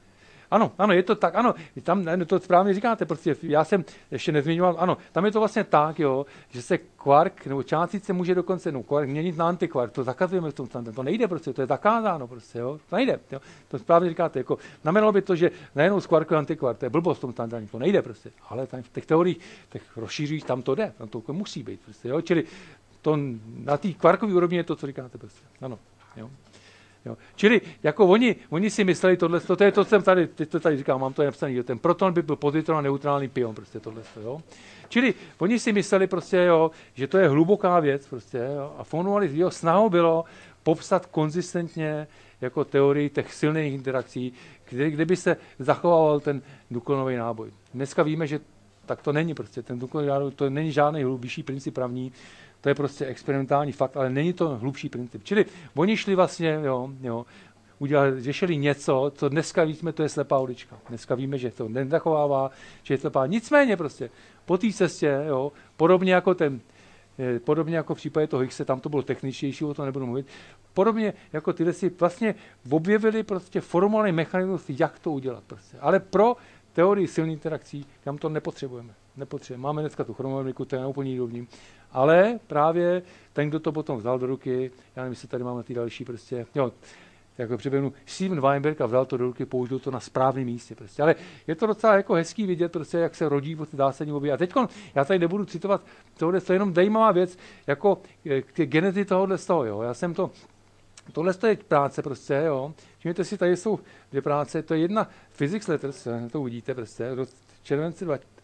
Ano, ano, je to tak, ano, tam no, to správně říkáte, prostě já jsem ještě nezmiňoval, ano, tam je to vlastně tak, jo, že se kvark nebo částice může dokonce, no, kvark měnit na antikvark, to zakazujeme v tom standardu, to nejde prostě, to je zakázáno prostě, jo, to nejde, jo, to správně říkáte, jako, znamenalo by to, že najednou z kvarku je antikvark, to je blbost v tom standardu, to nejde prostě, ale tam v těch teoriích, těch rozšířujících, tam to jde, tam to musí být prostě, jo, čili to na té kvarkové úrovni je to, co říkáte prostě, ano, jo. Jo. Čili jako oni, oni si mysleli tohle, to je to, co jsem tady, teď to tady říkám, mám to napsané, že ten proton by byl pozitron a neutrální pion, prostě tohle, jo. Čili oni si mysleli prostě, jo, že to je hluboká věc, prostě, jo, a von Neumann, jeho snahou bylo popsat konzistentně jako teorii těch silných interakcí, kde, kde by se zachovával ten nukleonový náboj. Dneska víme, že tak to není prostě, ten nukleonový náboj, to není žádný hlubší princip pravní, to je prostě experimentální fakt, ale není to hlubší princip. Čili oni šli vlastně, jo, jo, udělali, řešili něco, co dneska víme, to je slepá ulička. Dneska víme, že to nezachovává, že je slepá. Nicméně prostě po té cestě, jo, podobně jako ten, podobně jako v případě toho Higgse, tam to bylo techničtější, o tom nebudu mluvit, podobně jako tyhle si vlastně objevili prostě formální mechanismus, jak to udělat prostě. Ale pro teorii silných interakcí, tam to nepotřebujeme. nepotřebujeme. Máme dneska tu chromodynamiku, to je na úplně jiný. Ale právě ten, kdo to potom vzal do ruky, já nevím, jestli tady máme ty další prostě, jo, jako přiběhnu, Steven Weinberg a vzal to do ruky, použil to na správném místě prostě. Ale je to docela jako hezký vidět prostě, jak se rodí ty zásadní obě. A teď já tady nebudu citovat, tohle to je jenom zajímavá věc, jako k genezi tohohle z toho, jo. Já jsem to, tohle je práce prostě, jo. Všimněte si, tady jsou dvě práce, to je jedna Physics Letters, to uvidíte prostě, do července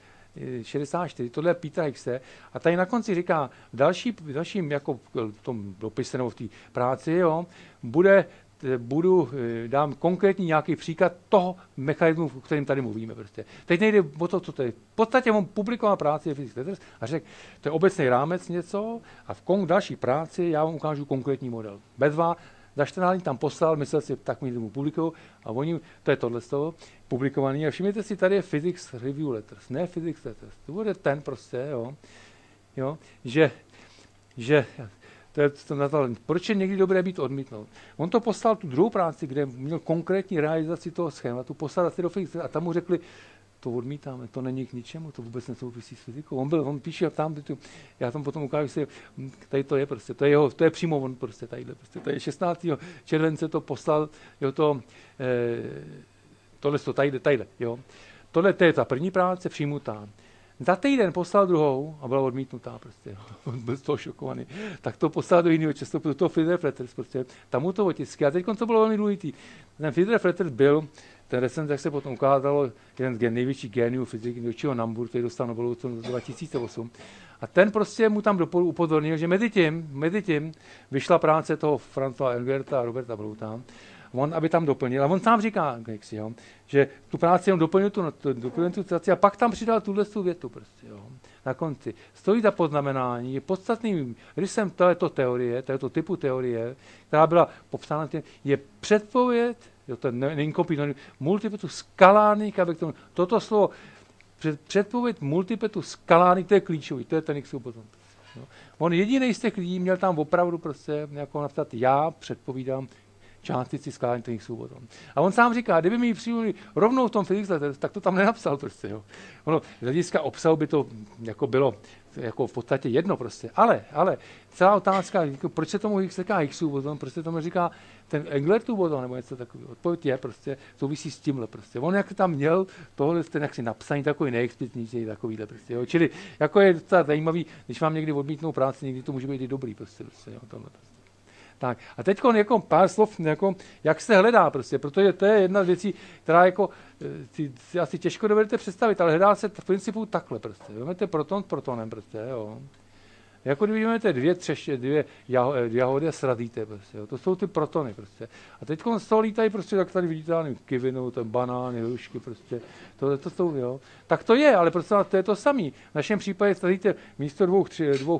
šedesát čtyři, tohle je Peter Higgse, a tady na konci říká, v další, v dalším jako v tom dopise nebo v té práci, jo, bude, budu, dám konkrétní nějaký příklad toho mechanismu, o kterém tady mluvíme. Prostě. Teď nejde o to, co to je. V podstatě mám publikovaná práci Physics Letters a řekl, to je obecný rámec něco a v kon, další práci já vám ukážu konkrétní model. Bezva, za čtrnáct dní tam poslal, myslel si, tak mi tomu publikují a oni, to je tohle z toho, publikovaný. A všimněte si, tady je Physics Review Letters, ne Physics Letters. To bude ten prostě, jo, jo že, že to je to nazval, proč je někdy dobré být odmítnout. On to poslal tu druhou práci, kde měl konkrétní realizaci toho schématu, poslal asi do Physics a tam mu řekli, to odmítáme, to není k ničemu, to vůbec nesouvisí s fyzikou. On byl, on píše tam, tu, já tam potom ukážu si, tady to je prostě, to je jeho, to je přímo on prostě tadyhle, prostě, to je šestnáctého července to poslal, jo, to, eh, tohle to tadyhle, tadyhle, jo. Tohle to je ta první práce, přijmutá. Za týden poslal druhou a byla odmítnutá prostě, on byl z toho šokovaný. Tak to poslal do jiného časopisu, do toho Physics Letters prostě, tam mu to otisky. A teď to bylo velmi důležitý. Ten Physics Letters byl, ten recenzent, jak se potom ukázalo, jeden z největších géniů fyziky, největšího Nambur, který dostal Nobelovu cenu dva tisíce osm. A ten prostě mu tam upozornil, že mezi tím, mezi tím vyšla práce toho Francoise Engerta a Roberta Brouta, on, aby tam doplnil. A on sám říká, jo, že tu práci on doplnil tu, tu, doplnil tu citaci a pak tam přidal tuhle tu větu prostě, jo, na konci. Stojí za poznamenání, je podstatným rysem této teorie, této typu teorie, která byla popsána, je předpověď, jo, to není kopii, multipletu skalárních elektronů. Toto slovo před, předpověď multipletu skalárních, to je klíčový, to je ten Higgsův boson. On jediný z těch lidí měl tam opravdu prostě jako napsat, já předpovídám částici skalární ten Higgsův boson. A on sám říká, kdyby mi ji přijeli rovnou v tom Physics Letters, tak to tam nenapsal prostě. Jo. Ono, z hlediska obsahu by to jako bylo jako v podstatě jedno prostě. Ale, ale celá otázka, jako, proč se tomu Higgs říká Higgsův boson, proč se tomu říká ten Engertův boson nebo něco takového. Odpověď je prostě, souvisí s tímhle prostě. On jak tam měl tohle ten jaksi napsaný takový neexplicitnější takovýhle prostě. Jo. Čili jako je docela zajímavý, když vám někdy odmítnou práci, někdy to může být i dobrý prostě. prostě jo, tohle prostě. Tak. A teď jako pár slov, jako, jak se hledá prostě, protože to je jedna z věcí, která jako, si, si asi těžko dovedete představit, ale hledá se v principu takhle prostě. Vezmete proton s protonem prostě, jo. Jako když vezmete dvě třeště, dvě jahody a srazíte prostě, jo. To jsou ty protony prostě. A teď z toho lítají prostě, tak tady vidíte, nevím, kivinu, ten banány, hrušky prostě, tohle to jsou, jo. Tak to je, ale prostě to je to samý. V našem případě srazíte místo dvou, tři, dvou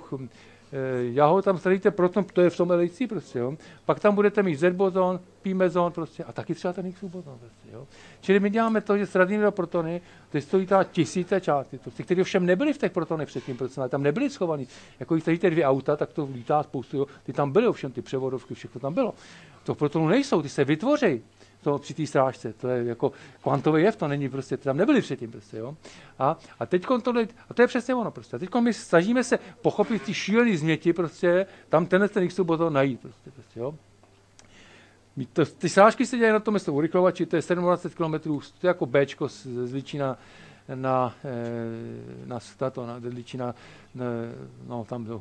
jahod tam srazíte proton, to je v tom L H C prostě, jo. Pak tam budete mít Z-bozon, P-mezon prostě a taky třeba ten Higgsův bozon prostě, jo. Čili my děláme to, že srazíme do protony, ty stojí ta tisíce částic, prostě, které ovšem nebyly v těch protonech předtím, prostě, ale tam nebyly schovaný. Jako když srazíte dvě auta, tak to lítá spoustu, jo. Ty tam byly ovšem, ty převodovky, všechno tam bylo. To v protonu nejsou, ty se vytvoří. toho, při té srážce. To je jako kvantový jev, to není prostě, tam nebyli předtím prostě, jo. A, a teď tohle, a to je přesně ono prostě. A teď my snažíme se pochopit ty šílený změti prostě, tam tenhle ten Higgsův bozon najít prostě, prostě, jo. To, ty srážky se dělají na tom myslu urychlovači, to je dvacet sedm kilometrů, to je jako Bčko z, z Líčína na, na, na, to, na, na, na, no tam do,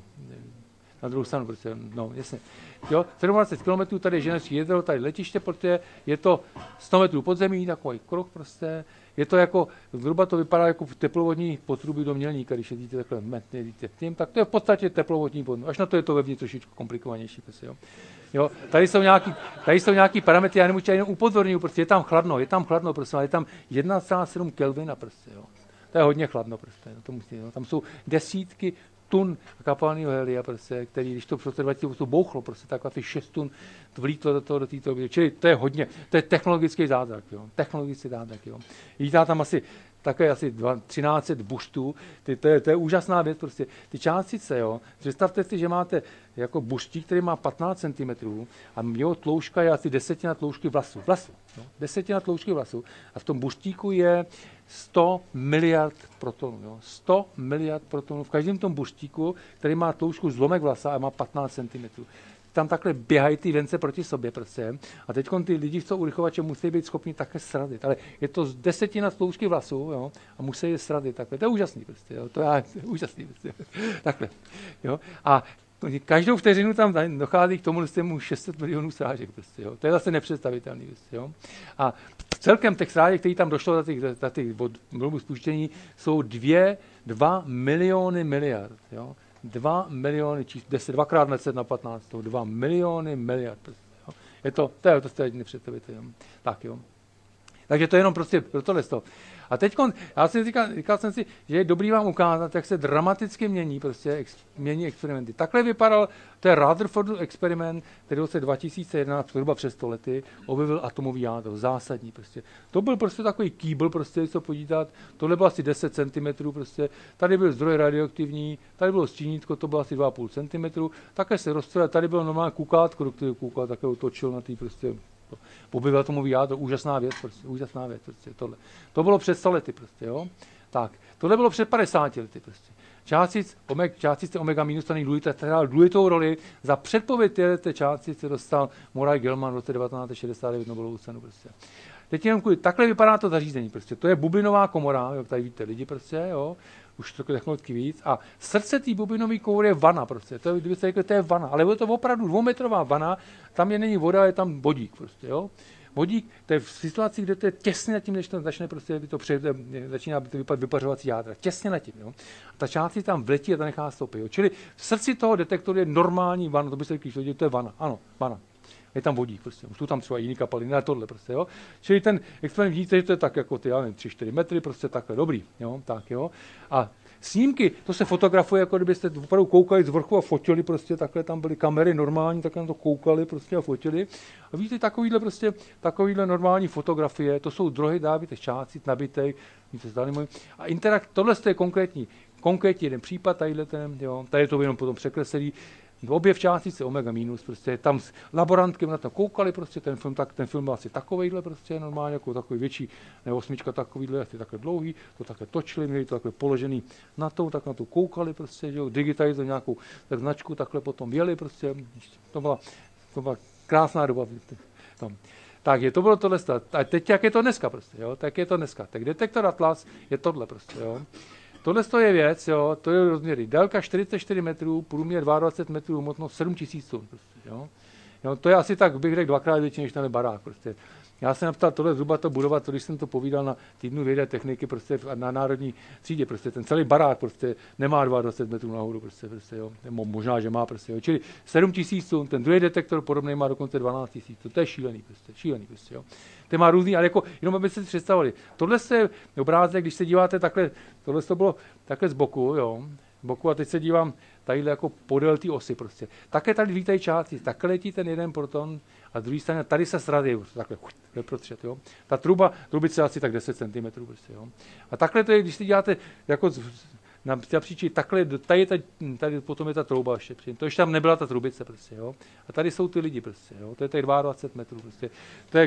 na druhou stranu, prostě, no jasně. Jo, dvacet sedm kilometrů, tady je ženevský jezero, tady letiště, protože je to sto metrů pod zemí, takový kruh prostě. Je to jako, zhruba to vypadá jako teplovodní potrubí do Mělníka, když jedíte takhle metně, jedíte tím, tak to je v podstatě teplovodní potrubí. Až na to je to vevnitř trošičku komplikovanější. Prostě, jo. Jo, tady jsou nějaký, tady jsou nějaký parametry, já nemůžu jenom upozorňuji, prostě je tam chladno, je tam chladno, prostě, ale je tam jedna celá sedm Kelvina, prostě, jo. To je hodně chladno, prostě, to musí, jo. Tam jsou desítky tun kapalného helia, prostě, který, když to v roce dva tisíce osm bouchlo, prostě takhle ty šest tun vlítlo do toho, do této, čili to je hodně, to je technologický zázrak, jo, technologický zázrak, jo. Lítá tam asi také asi třináct set buštů, ty, to, je, to je úžasná věc, prostě ty částice, jo, představte si, že máte jako buštík, který má patnáct centimetrů a jeho tloušťka je asi desetina tloušťky vlasu, vlasu, no, desetina tloušťky vlasu a v tom buštíku je sto miliard protonů, jo, sto miliard protonů v každém tom buštíku, který má tloušťku zlomek vlasa a má patnáct centimetrů. Tam takhle běhají ty vence proti sobě prostě. A teď ty lidi, co urychlovače, musí být schopni také srazit. Ale je to z desetina tloušťky vlasů, jo, a musí je srazit takhle. To je úžasný prostě, jo. To je, to je úžasný prostě. Takhle, jo. A každou vteřinu tam dochází k tomu systému šest set milionů srážek prostě, jo. To je zase nepředstavitelný prostě, jo. A celkem těch srážek, který tam došlo za těch, za těch od dobu spuštění, jsou dvě, dva miliony miliard, jo. Dva miliony, deset, dvakrát deset na patnáct, dva miliony miliard. Jo. Je to, to je to nepředstavitelné. Tak jo. Takže to je jenom prostě pro tohle z toho. A teď, já jsem říkal, říkal jsem si, že je dobrý vám ukázat, jak se dramaticky mění, prostě ex, mění experimenty. Takhle vypadal, to je Rutherfordův experiment, který v roce dva tisíce jedenáct, zhruba přes sto lety, objevil atomový jádro, zásadní prostě. To byl prostě takový kýbl, prostě, co podítat, tohle bylo asi deset centimetrů, prostě, tady byl zdroj radioaktivní, tady bylo stínítko, to bylo asi dva a půl centimetru, také se rozstřelil, tady bylo normální kukátko, který kukal, také otočil na tý prostě, objevil atomový jádro, úžasná věc, prostě, úžasná věc, prostě, tohle. To bylo před sto lety, prostě, jo. Tak, tohle bylo před padesáti lety, prostě. Částic, omega, částice omega minus, to není důležité, hrál důležitou roli. Za předpověď té částice dostal Murray Gell-Mann v roce devatenáct set šedesát devět Nobelovu cenu, prostě. Teď jenom kvůli, takhle vypadá to zařízení, prostě. To je bublinová komora, jo, tady vidíte lidi, prostě, jo. Už trochu technologicky víc. A srdce té bublinové komory je vana, prostě. To je, kdyby se řekli, to je vana, ale je to opravdu dvoumetrová vana, tam je není voda, je tam vodík, prostě, jo. Vodík, to je v situaci, kde to je těsně nad tím, než to začne prostě, to pře, začíná to vypadat vypařovací jádra. Těsně nad tím, jo. A ta část si tam vletí a ta nechá stopy, jo. Čili v srdci toho detektoru je normální vana, to by se řekli, to je vana, ano, vana. Je tam vodík, prostě. Jsou tam třeba jiný kapaliny, ne tohle, prostě, jo. Čili ten experiment vidíte, že to je tak jako ty, já nevím, tři čtyři metry, prostě takhle, dobrý, jo, tak, jo. A snímky, to se fotografuje, jako kdybyste opravdu koukali z vrchu a fotili, prostě takhle tam byly kamery normální, takhle na to koukali prostě a fotili. A vidíte, takovýhle prostě, takovýhle normální fotografie, to jsou drohy dávitých částic, nabitej, víte, zdali můj. A interakt, tohle je konkrétní, konkrétní jeden případ, tadyhle ten, jo, tady je to jenom potom překreslený, objev částice omega minus, prostě tam s laborantkem na to koukali, prostě ten film, tak, ten film byl asi takovejhle, prostě normálně, jako takový větší, ne osmička takovýhle, asi takhle dlouhý, to takhle točili, měli to takhle položený na to, tak na to koukali, prostě, že jo, digitalizovali nějakou tak značku, takhle potom jeli, prostě, to byla, to byla krásná doba. Tam. Tak je, to bylo tohle, a teď jak je to dneska, prostě, jo, tak je to dneska, tak detektor Atlas je tohle, prostě, jo. Tohle je věc, jo, to je rozměry. Délka čtyřicet čtyři metrů, průměr dvacet dva metrů, hmotnost sedm tisíc tun. Prostě, jo. Jo, to je asi tak, bych řekl, dvakrát větší než ten barák. Prostě. Já jsem napsal tohle zhruba to budovat, to, když jsem to povídal na týdnu vědy techniky, prostě na národní třídě. Prostě, ten celý barák prostě nemá dvacet dva metrů nahoru. Prostě, prostě, jo. Možná, že má. Prostě, jo. Čili sedm tisíc tun, ten druhý detektor podobný má dokonce dvanáct tisíc tun. To je šílený. Prostě, šílený prostě, jo. To má různý, ale jako, jenom abyste si představili. Tohle je obrázek, když se díváte takhle, tohle to bylo takhle z boku, jo, z boku, a teď se dívám tadyhle jako podél té osy prostě. Také tady lítají části, takhle letí ten jeden proton a z druhé strany tady se srazí, takhle vyprostřed, jo. Ta truba, trubice asi tak deset centimetrů prostě, jo. A takhle to je, když si děláte jako na příči, takhle, tady, tady, tady potom je ta trouba ještě, to ještě tam nebyla ta trubice prostě, jo. A tady jsou ty lidi prostě, jo. To je tady dvacet dva metrů prostě. To je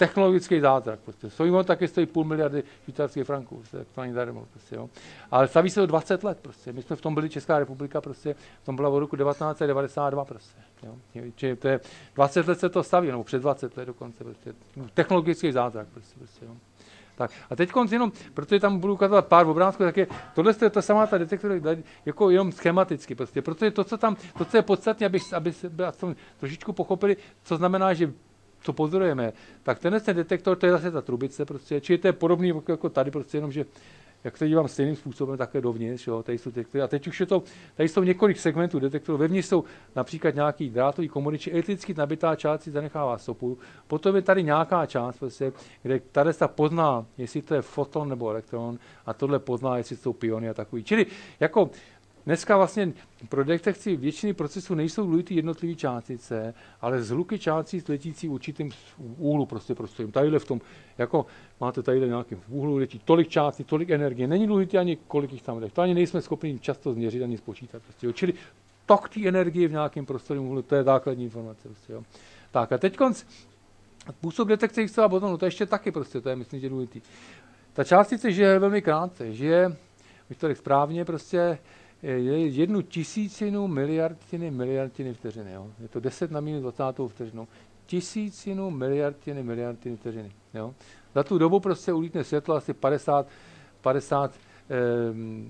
technologický zázrak. Prostě. Stojí on taky stojí půl miliardy švýcarských franků, tak to ani darmo. Prostě, jo. Ale staví se to dvacet let. Prostě. My jsme v tom byli Česká republika, prostě, v tom byla od roku devatenáct set devadesát dva. Prostě, jo. Čili to je dvacet let se to staví, nebo před dvacet let dokonce. Prostě. Technologický zázrak. Prostě, prostě, jo. Tak. A teď jenom, protože tam budu ukazovat pár obrázků, tak je, tohle je ta samá ta detektor, jako jenom schematicky, prostě, protože to, co tam, to, co je podstatné, aby, aby se trošičku pochopili, co znamená, že co pozorujeme, tak tenhle ten detektor, to je zase ta trubice, prostě, čili to je podobný jako tady, prostě jenom, že jak to dívám stejným způsobem, takhle dovnitř, jo, tady jsou detektory. A teď už je to, tady jsou několik segmentů detektorů, vevnitř jsou například nějaký drátový komody, či elektricky nabitá část si zanechává stopu, potom je tady nějaká část, prostě, kde tady se pozná, jestli to je foton nebo elektron, a tohle pozná, jestli jsou piony a takový. Čili jako dneska vlastně pro detekci většiny procesů nejsou důležité jednotlivé částice, ale zhluky částic letící v určitém úhlu prostě prostorím. Tadyhle v tom, jako máte tadyhle nějakým úhlu letí tolik částic, tolik energie. Není důležité ani kolik jich tam jde. To ani nejsme schopni často změřit ani spočítat. Prostě, jo. Čili tok té energie v nějakém prostorovém úhlu, to je základní informace. Prostě, jo. Tak a teď konc, způsob detekce Higgsova bosonu, to ještě taky prostě, to je myslím, že důležité. Ta částice žije velmi krátce, žije, bych to řekl správně, prostě je jednu tisícinu miliardiny miliardiny vteřiny. Jo. Je to deset na minus dvacátou vteřinu. Tisícinu miliardiny miliardiny vteřiny. Jo. Za tu dobu prostě ulítne světlo asi padesát, padesát eh,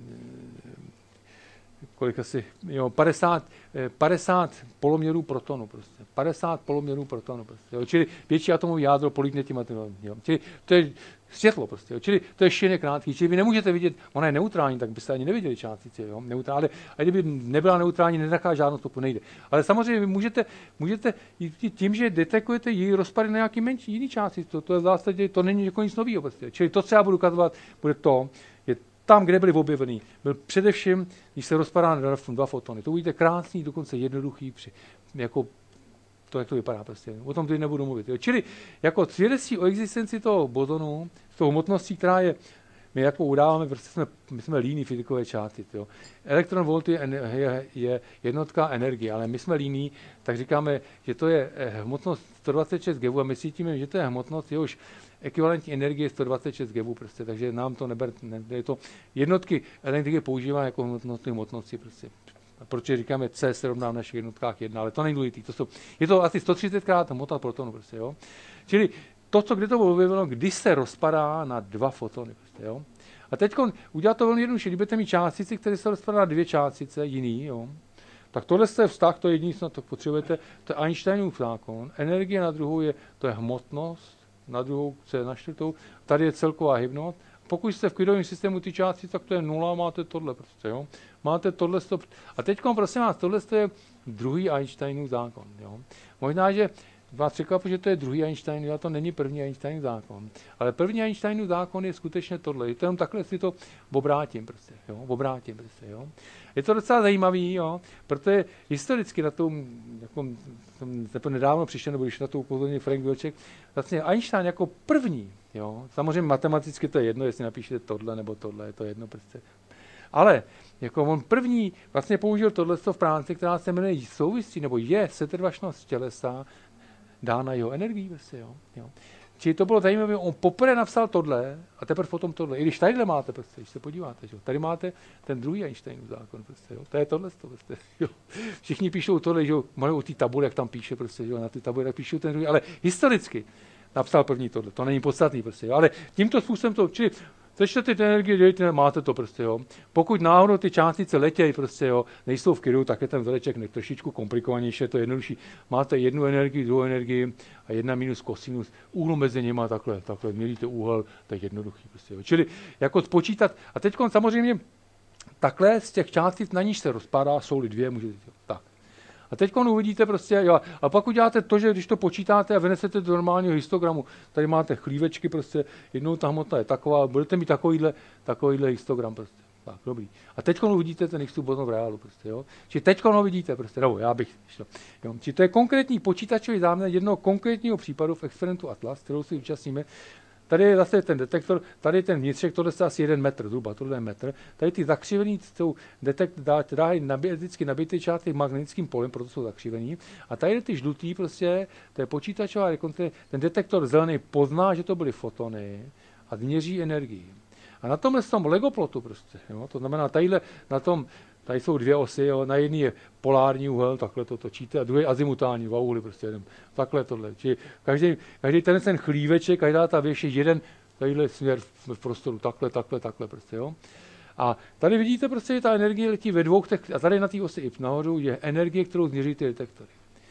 kolik asi, jo, padesát, padesát poloměrů protonu prostě. padesát poloměrů protonu prostě. Jo. Čili větší atomový jádro polítne tím atomem. Čili to je světlo prostě. Jo. Čili to je šíleně krátký. Čili vy nemůžete vidět, ona je neutrální, tak byste ani neviděli částici. Jo. Neutrální, a kdyby nebyla neutrální, nezaká žádnou stopu, nejde. Ale samozřejmě vy můžete, můžete tím, že detekujete její rozpady na nějaký menší jiný částici, to, to je v zásadě, to není jako nic nového prostě. Čili to, co já budu ukazovat, bude to, je tam, kde byly objevený, byl především, když se rozpadá na dva fotony. To uvidíte krásný, dokonce jednoduchý, jako to, jak to vypadá prostě. O tom teď nebudu mluvit. Jo. Čili jako svědectví o existenci toho bosonu, s tou hmotností, která je, my jako udáváme, protože jsme, my jsme líní fyzikové části. Jo. Elektron volt je, je, je jednotka energie, ale my jsme líní, tak říkáme, že to je hmotnost sto dvacet šest gevů a my cítíme, že to je hmotnost, jehož ekvivalentní energie sto dvacet šest gevů, prostě, takže nám to neber, ne, je to jednotky energie používá jako hmotnosti hmotnosti, prostě. Proč říkáme C se rovná v našich jednotkách jedna, ale to není důležitý. To jsou, je to asi sto třicet krát hmota protonu, prostě, jo. Čili to, co kde to bylo objeveno, když se rozpadá na dva fotony, prostě, jo. A teď udělat to velmi jednoduše, když budete mít částici, které se rozpadá na dvě částice, jiný, jo. Tak tohle je vztah, to je jediný, co to potřebujete, to je Einsteinův zákon. Energie na druhou je, to je hmotnost, na druhou, co je na čtvrtou, tady je celková hybnost. Pokud jste v klidovém systému ty části, tak to je nula, máte tohle prostě, jo. Máte tohle, a teď prosím vás, tohle je druhý Einsteinův zákon, jo. Možná, že vás překvapí, že to je druhý Einsteinův, a to není první Einsteinův zákon. Ale první Einsteinův zákon je skutečně tohle. Je to jenom takhle, si to obrátím prostě, jo, obrátím prostě, jo. Je to docela zajímavý, jo, protože historicky na tom, jako, jsem nedávno přišel, nebo když na to upozornil Frank Wilczek, vlastně Einstein jako první, jo, samozřejmě matematicky to je jedno, jestli napíšete tohle nebo tohle, je to jedno prostě. Ale jako on první vlastně použil tohle v práci, která se jmenuje souvisí, nebo je setrvačnost tělesa dána jeho energií, prostě, jo, jo. Čili to bylo zajímavé, on poprvé napsal tohle a teprve potom tohle. I když tadyhle máte, prostě, když se podíváte, že? Tady máte ten druhý Einsteinův zákon, prostě, jo? To je tohle, prostě, jo? Všichni píšou tohle, že mají o té tabule, jak tam píše, prostě, že? Na ty tabule, jak píšou ten druhý, ale historicky napsal první tohle, to není podstatný, prostě, jo? Ale tímto způsobem to, čili sečtete ty energie, dělejte, máte to prostě, jo. Pokud náhodou ty částice letějí, prostě, jo, nejsou v krydu, tak je ten vzoreček trošičku komplikovanější, je to jednodušší. Máte jednu energii, druhou energii a jedna minus kosinus, úhlu mezi nimi takhle, takhle, měříte úhel, to je jednoduchý, prostě, jo. Čili jako spočítat, a teď samozřejmě takhle z těch částic, na níž se rozpadá, jsou-li dvě, můžete, tak. A teď uvidíte prostě, jo, a pak uděláte to, že když to počítáte a vynesete do normálního histogramu, tady máte chlívečky, prostě jednou ta hmota je taková, budete mít takovýhle, takovýhle histogram prostě. Tak, dobrý. A teď uvidíte ten Higgsův boson v reálu prostě, jo. Či teď ho vidíte prostě, nebo já bych šel. Jo. Či to je konkrétní počítačový záměr jednoho konkrétního případu v experimentu Atlas, kterou si účastníme. tady je zase ten detektor, tady je ten vnitřek, tohle je asi jeden metr, zhruba, tohle je metr. Tady ty zakřivený jsou detekt, dá, vždycky nabité části magnetickým polem, proto jsou zakřivený. A tady ty žlutý prostě, to je počítačová rekonstrukce, ten detektor zelený pozná, že to byly fotony a měří energii. A na tomhle tom legoplotu prostě, jo, to znamená tadyhle, na tom, tady jsou dvě osy, jo, na jedný je polární úhel, takhle to točíte, a druhý azimutální, dva úhly prostě jenom, takhle tohle. Čiže každý, každý ten, ten chlíveček, každá ta věž je jeden tadyhle směr v prostoru, takhle, takhle, takhle prostě, jo. A tady vidíte prostě, že ta energie letí ve dvou, a tady na té osi i nahoru je energie, kterou změří ty detektory.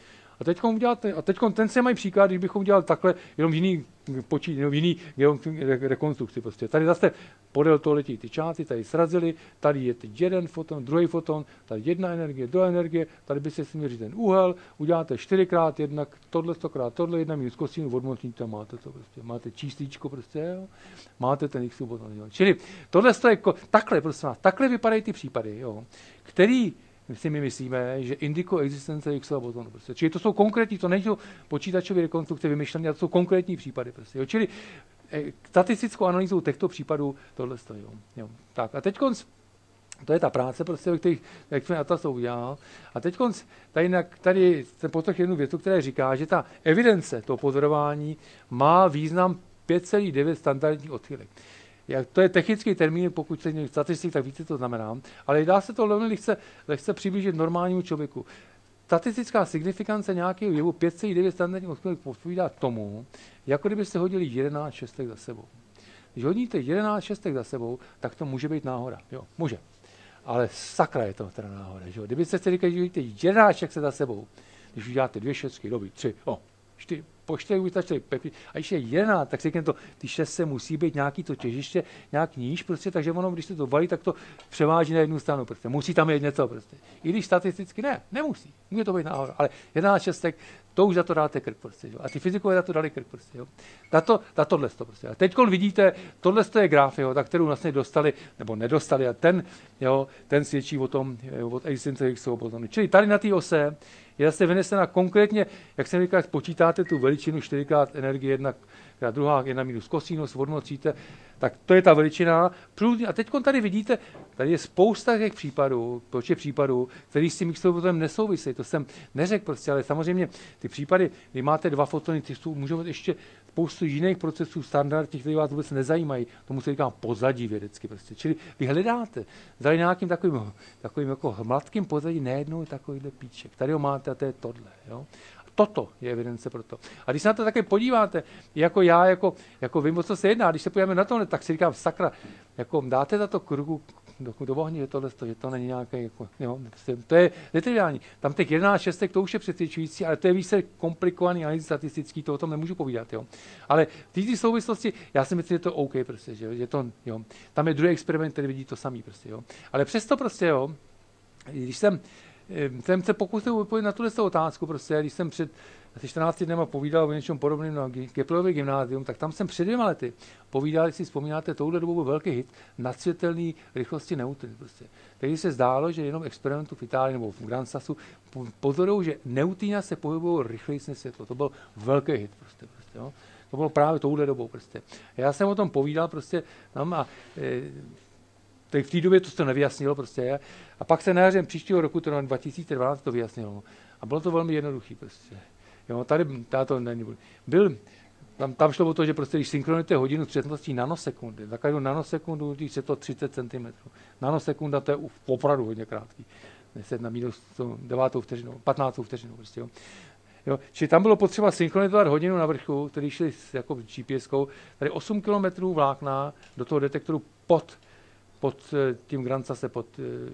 A teď uděláte, a teď ten se mají příklad, když bychom udělali takhle, jenom v jiný počít, jenom v jiný rekonstrukci prostě. Tady zase podél toho letí ty části, tady srazili, tady je teď jeden foton, druhý foton, tady jedna energie, druhá energie, tady by se směří ten úhel, uděláte čtyřikrát jednak tohle, stokrát tohle, jedna minus kosinu, odmocníte, máte to prostě, máte číslíčko prostě, jo? Máte ten x foton. Čili tohle je jako, takhle, prostě, takhle vypadají ty případy, jo? Který si my myslíme, že indikují existence Higgsova bosonu. Prostě. Čili to jsou konkrétní, to nejsou počítačové rekonstrukce vymyšlené, ale to jsou konkrétní případy. Prostě, jo. Čili eh, statistickou analýzou těchto případů tohle stojí. Jo. Jo. Tak a teď to je ta práce, prostě, kterých, jak jsme Atlasou udělal. A teď tady, tady jsem potrhl jednu větu, která říká, že ta evidence toho pozorování má význam pět celá devět standardních odchylek. Jak to je technický termín, pokud se někdo statistik, tak víte, co to znamená. Ale dá se to velmi lehce, lehce přiblížit normálnímu člověku. Statistická signifikance nějakého jevu pět celá devět standardních odchylek odpovídá tomu, jako kdybyste hodili jedenáct šestek za sebou. Když hodíte jedenáct šestek za sebou, tak to může být náhoda. Jo, může. Ale sakra je to teda náhoda. Že? Kdybyste si říkali, že hodíte jedenáct šestek za sebou, když uděláte dvě šestky, dobrý, tři, o, čtyři, po čtyři vystačili pepí, a ještě jedenáct, tak si řekněme to, ty šest se musí být nějaký to těžiště, nějak níž, prostě, takže ono, když se to valí, tak to převáží na jednu stranu, prostě. Musí tam jít něco, prostě. I když statisticky ne, nemusí, může to být náhoda, ale jedenáct šestek, to už za to dáte krk, prostě, jo. A ty fyzikové za to dali krk, prostě, jo. Tato, ta tohle to, prostě. A teď vidíte, tohle je graf, jo, ta, kterou vlastně dostali, nebo nedostali, a ten, jo, ten svědčí o tom, jo, od existence Higgsova bosonu. Čili tady na té ose je zase vynesena konkrétně, jak jsem říkal, spočítáte tu veličinu čtyřikrát energie, jedna krát druhá, jedna minus kosinus, odmocíte, tak to je ta veličina. A teď tady vidíte, tady je spousta těch případů, počet případů, který s tím Higgsovým bosonem nesouvisejí. To jsem neřekl prostě, ale samozřejmě ty případy, kdy máte dva fotony, ty jsou, můžou být ještě spoustu jiných procesů standardních, které vás vůbec nezajímají. Tomu se říká pozadí vědecky prostě. Čili vy hledáte za nějakým takovým, takovým jako hladkým pozadí nejednou takovýhle píček. Tady ho máte a to je tohle. Jo? Toto je evidence pro to. A když se na to také podíváte, jako já, jako, jako vím, o co se jedná, když se podíváme na tohle, tak si říkám, sakra, jako dáte za to kruhu do, do ohně, že tohle, že to není nějaké, jako, jo, to je netriviální. Tam těch jedenáct šestek, to už je přesvědčující, ale to je výsledek komplikovaný analýzy statistický, to o tom nemůžu povídat, jo. Ale v této souvislosti, já si myslím, že to je OK, prostě, že, že to, jo. Tam je druhý experiment, který vidí to samý, prostě, jo. Ale přesto prostě, jo, když jsem jsem se pokusil odpovědět na tuhle otázku, prostě, když jsem před asi čtrnácti dnema povídal o něčem podobném na Keplerově gymnázium, tak tam jsem před dvěma lety povídal, jestli vzpomínáte, touhle dobou byl velký hit nadsvětelný rychlosti neutrin. Prostě. Tehdy se zdálo, že jenom v experimentu v Itálii nebo v Gran Sassu pozorují, že neutrína se pohybují rychleji než světlo. To byl velký hit. Prostě, prostě, jo. To bylo právě touhle dobou. Prostě. Já jsem o tom povídal prostě tam a e, tak v té době to se nevyjasnilo prostě. A pak se na jaře příštího roku, to dva tisíce dvanáct, to vyjasnilo. A bylo to velmi jednoduchý prostě. Jo, tady to není. Byl, tam, tam šlo o to, že prostě, když synchronujete hodinu s přesností nanosekundy, za každou nanosekundu, když je to třicet centimetrů. Nanosekunda, to je opravdu hodně krátký. deset na minus devátou vteřinou, patnáctou vteřinou prostě. Jo. Jo, čili tam bylo potřeba synchronizovat hodinu na vrchu, který šli s jako G P S kou, tady osm kilometrů vlákna do toho detektoru pod pod tím Gran Sasse, pod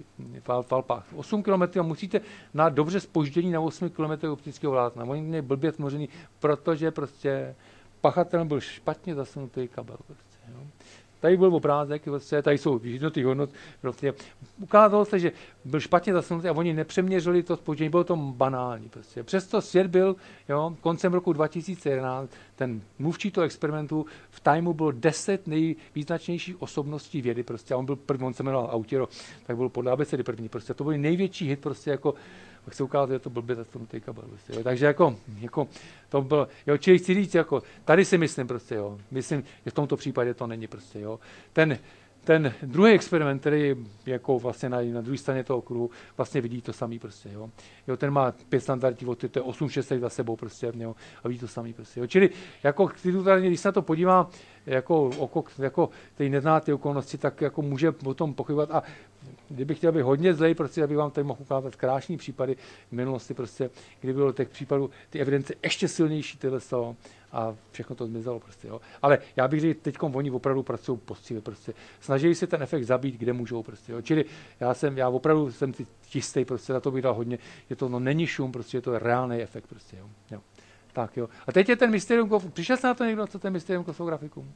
v Alpách. osm kilometrů a musíte na dobře zpoždění na osm kilometrů optického vlákna. Oni měli blbě tmořený, protože prostě pachatelem byl špatně zasunutý kabel. Prostě, jo. Tady byl obrázek, prostě, tady jsou jednotých hodnot. Prostě. Ukázalo se, že byl špatně zasunutý a oni nepřeměřili to zpoždění, bylo to banální. Prostě. Přesto svět byl, jo, koncem roku dva tisíce jedenáct, ten mluvčí toho experimentu, v Timeu bylo deset nejvýznačnějších osobností vědy. Prostě. A on byl první, on se jmenoval Autiero, tak byl podle abecedy první. Prostě. To byl největší hit prostě, jako pak se ukázalo, že to blbě, tak to teďka byl. Prostě, jo. Takže jako, jako, to bylo, jo, čili chci říct, jako, tady si myslím prostě, jo, myslím, že v tomto případě to není prostě, jo. Ten, ten druhý experiment, který jako vlastně na, na druhé straně toho kruhu, vlastně vidí to samý prostě, jo. Jo, ten má pět standardní, to je osm šestek za sebou prostě, jo, a vidí to samý prostě, jo. Čili jako, když se na to podívám, jako, oko, jako který nezná ty okolnosti, tak jako může o tom pochybovat a kdybych chtěl být hodně zlej, prostě, abych vám tady mohl ukázat krásný případy v minulosti, prostě, kdy bylo těch případů, ty evidence ještě silnější tyhle z toho a všechno to zmizelo prostě, jo. Ale já bych řekl, teďkom oni opravdu pracují poctivě, prostě. Snaží se ten efekt zabít, kde můžou, prostě, jo. Čili já jsem, já opravdu jsem si čistý, prostě, na to bych dal hodně, že to no, není šum, prostě, je to reálný efekt, prostě, jo. jo. Tak jo. A teď je ten Mysterium, přišel jste na to někdo, co ten Mysterium Kosmographicum?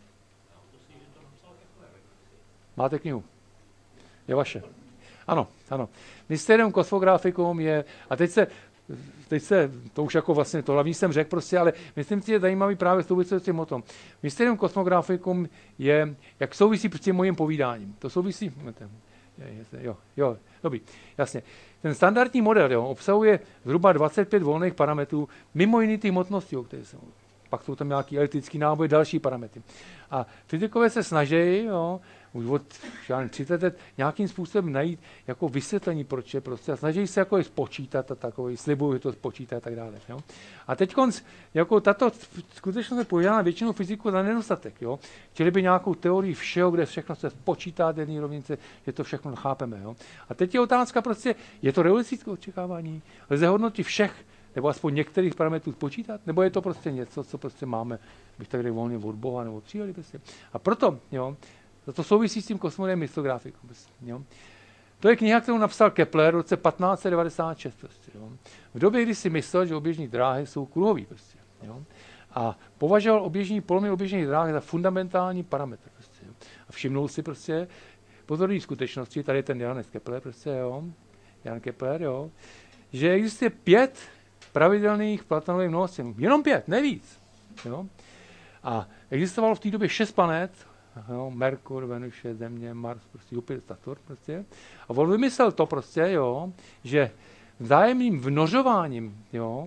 Máte knihu? Je vaše. Ano, ano. Mysterium Kosmographicum je, a teď se, teď se, to už jako vlastně, to hlavní jsem řekl prostě, ale myslím si, že je zajímavý právě souvisí s tím o tom. Mysterium Kosmographicum je, jak souvisí s tím mojím povídáním. To souvisí, jo, jo, dobrý, jasně. Ten standardní model, jo, obsahuje zhruba dvacet pět volných parametrů, mimo jiný ty hmotnosti, o kterých jsem mluvil. Pak jsou tam nějaký elektrický náboj, další parametry. A fyzikové se snaží, jo, už od třicet let nějakým způsobem najít jako vysvětlení, proč je prostě, a snaží se jako je spočítat a takový, slibují, že to spočítá a tak dále. Jo. A teď jako tato skutečnost je požádá většinou fyziku za nedostatek. Jo. Chtěli by nějakou teorii všeho, kde všechno se spočítá jedné rovnice, že to všechno chápeme. Jo. A teď je otázka prostě, je to realistické očekávání? Lze hodnotit všech nebo aspoň některých parametrů spočítat, nebo je to prostě něco, co prostě máme, bych tak řekl, volně od Boha nebo od přírody. Prostě. A proto, jo, to souvisí s tím kosmodem Mystrographicum. Jo. To je kniha, kterou napsal Kepler v roce patnáct set devadesát šest. Prostě, jo. V době, kdy si myslel, že oběžní dráhy jsou kruhový. Prostě, jo. A považoval oběžní, poloměr oběžných dráh za fundamentální parametr. Prostě, jo. A všimnul si prostě pozorné skutečnosti, tady je ten Johannes Kepler, prostě, jo, Jan Kepler, jo, že existuje pět pravidelných platonových mnohostenů. Jenom pět, nevíc. Jo. A existovalo v té době šest planet, jo, Merkur, Venuše, Země, Mars, prostě Jupiter, Saturn, prostě. A on vymyslel to prostě, jo, že vzájemným vnořováním, jo,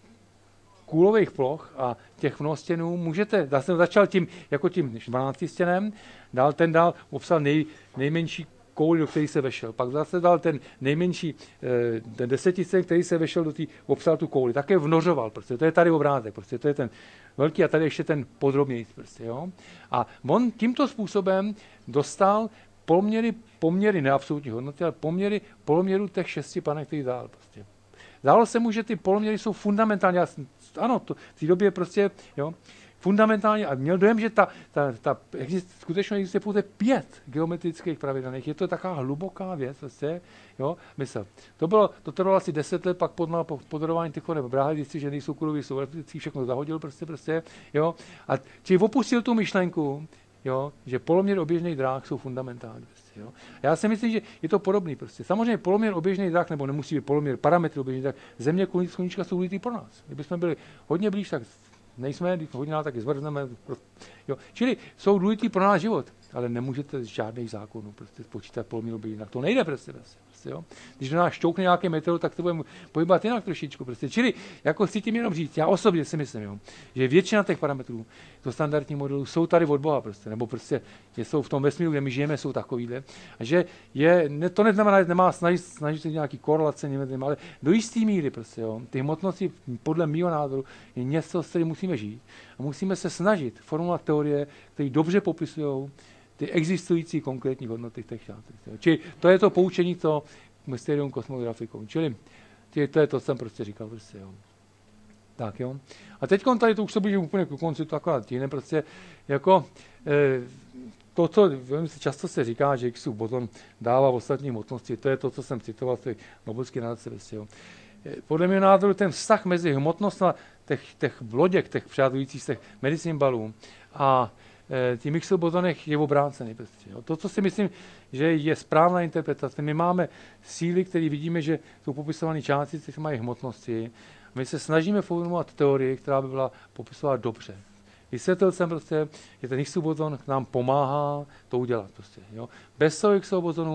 kůlových ploch a těch mnohostěnů můžete, já jsem začal tím, jako tím dvanáctistěnem, dál ten dál obsal nej, nejmenší kouli, do který se vešel. Pak zase dal ten nejmenší, ten desetistěn, který se vešel do té, obsal tu kouli. Také vnořoval, prostě. To je tady obrázek, prostě. To je ten velký a tady ještě ten podrobnější, prostě, jo. A on tímto způsobem dostal poměry, poměry ne absolutní hodnoty, ale poměry poloměru těch šesti planet, který dál, prostě. Zdálo se mu, že ty poloměry jsou fundamentální. Já, ano, to, v té době prostě, jo, fundamentálně, a měl dojem, že ta, ta, ta exist, skutečně existuje pouze pět geometrických pravidelných. Je to taková hluboká věc, vlastně, jo, mysl. To bylo, to trvalo asi deset let, pak podmal po pozorování těch bráhy, zjistil, že nejsou kulový, jsou elektrický, všechno zahodil, prostě, prostě, jo. A či opustil tu myšlenku, jo, že poloměr oběžných dráh jsou fundamentální. Prostě, jo. Já si myslím, že je to podobný. Prostě. Samozřejmě poloměr oběžných dráh, nebo nemusí být poloměr parametry oběžných dráh, Země, sluníčka jsou důležitý pro nás. Kdybychom byli hodně blíž, tak nejsme, když hodně dál, taky zvrhneme. Jo. Čili jsou důležitý pro náš život, ale nemůžete z žádných zákonů prostě spočítat poloměr oběžných dráh. To nejde prostě. prostě. Jo? Když do nás šťoukne nějaký meteor, tak to budeme pohybovat jinak trošičku. Prostě. Čili jako chci tím jenom říct, já osobně si myslím, jo, že většina těch parametrů, to standardní modelu, jsou tady od Boha, prostě, nebo prostě jsou v tom vesmíru, kde my žijeme, jsou takovýhle. A že je, ne, to neznamená, že nemá snažit, snažit se nějaký korelace, nevím, ale do jisté míry prostě, jo, ty hmotnosti podle mýho názoru je něco, s kterým musíme žít. A musíme se snažit formulovat teorie, které dobře popisují ty existující konkrétní hodnoty těch částek. Čili to je to poučení, to Mysterium Kosmographicum. Čili to je to, co jsem prostě říkal. Prostě, jo. Tak jo. A teď tady to už se blížím úplně k konci, to akorát tíhne prostě jako e, to, co často se říká, že Higgsův boson dává ostatní hmotnosti, to je to, co jsem citoval v té Nobelské nadace. Prostě, jo. Podle mého názoru ten vztah mezi hmotnostmi těch, těch loděk, těch přátelících těch medicimbalů a tím Higgsův bozonech je obrácený. Prostě, jo. To, co si myslím, že je správná interpretace. My máme síly, které vidíme, že jsou popisované částice, které mají hmotnosti. My se snažíme formulovat teorii, která by byla popisovat dobře. Vysvětlil jsem prostě, že ten Higgsův bozon nám pomáhá to udělat. Prostě, jo. Bez toho Higgsova bozonu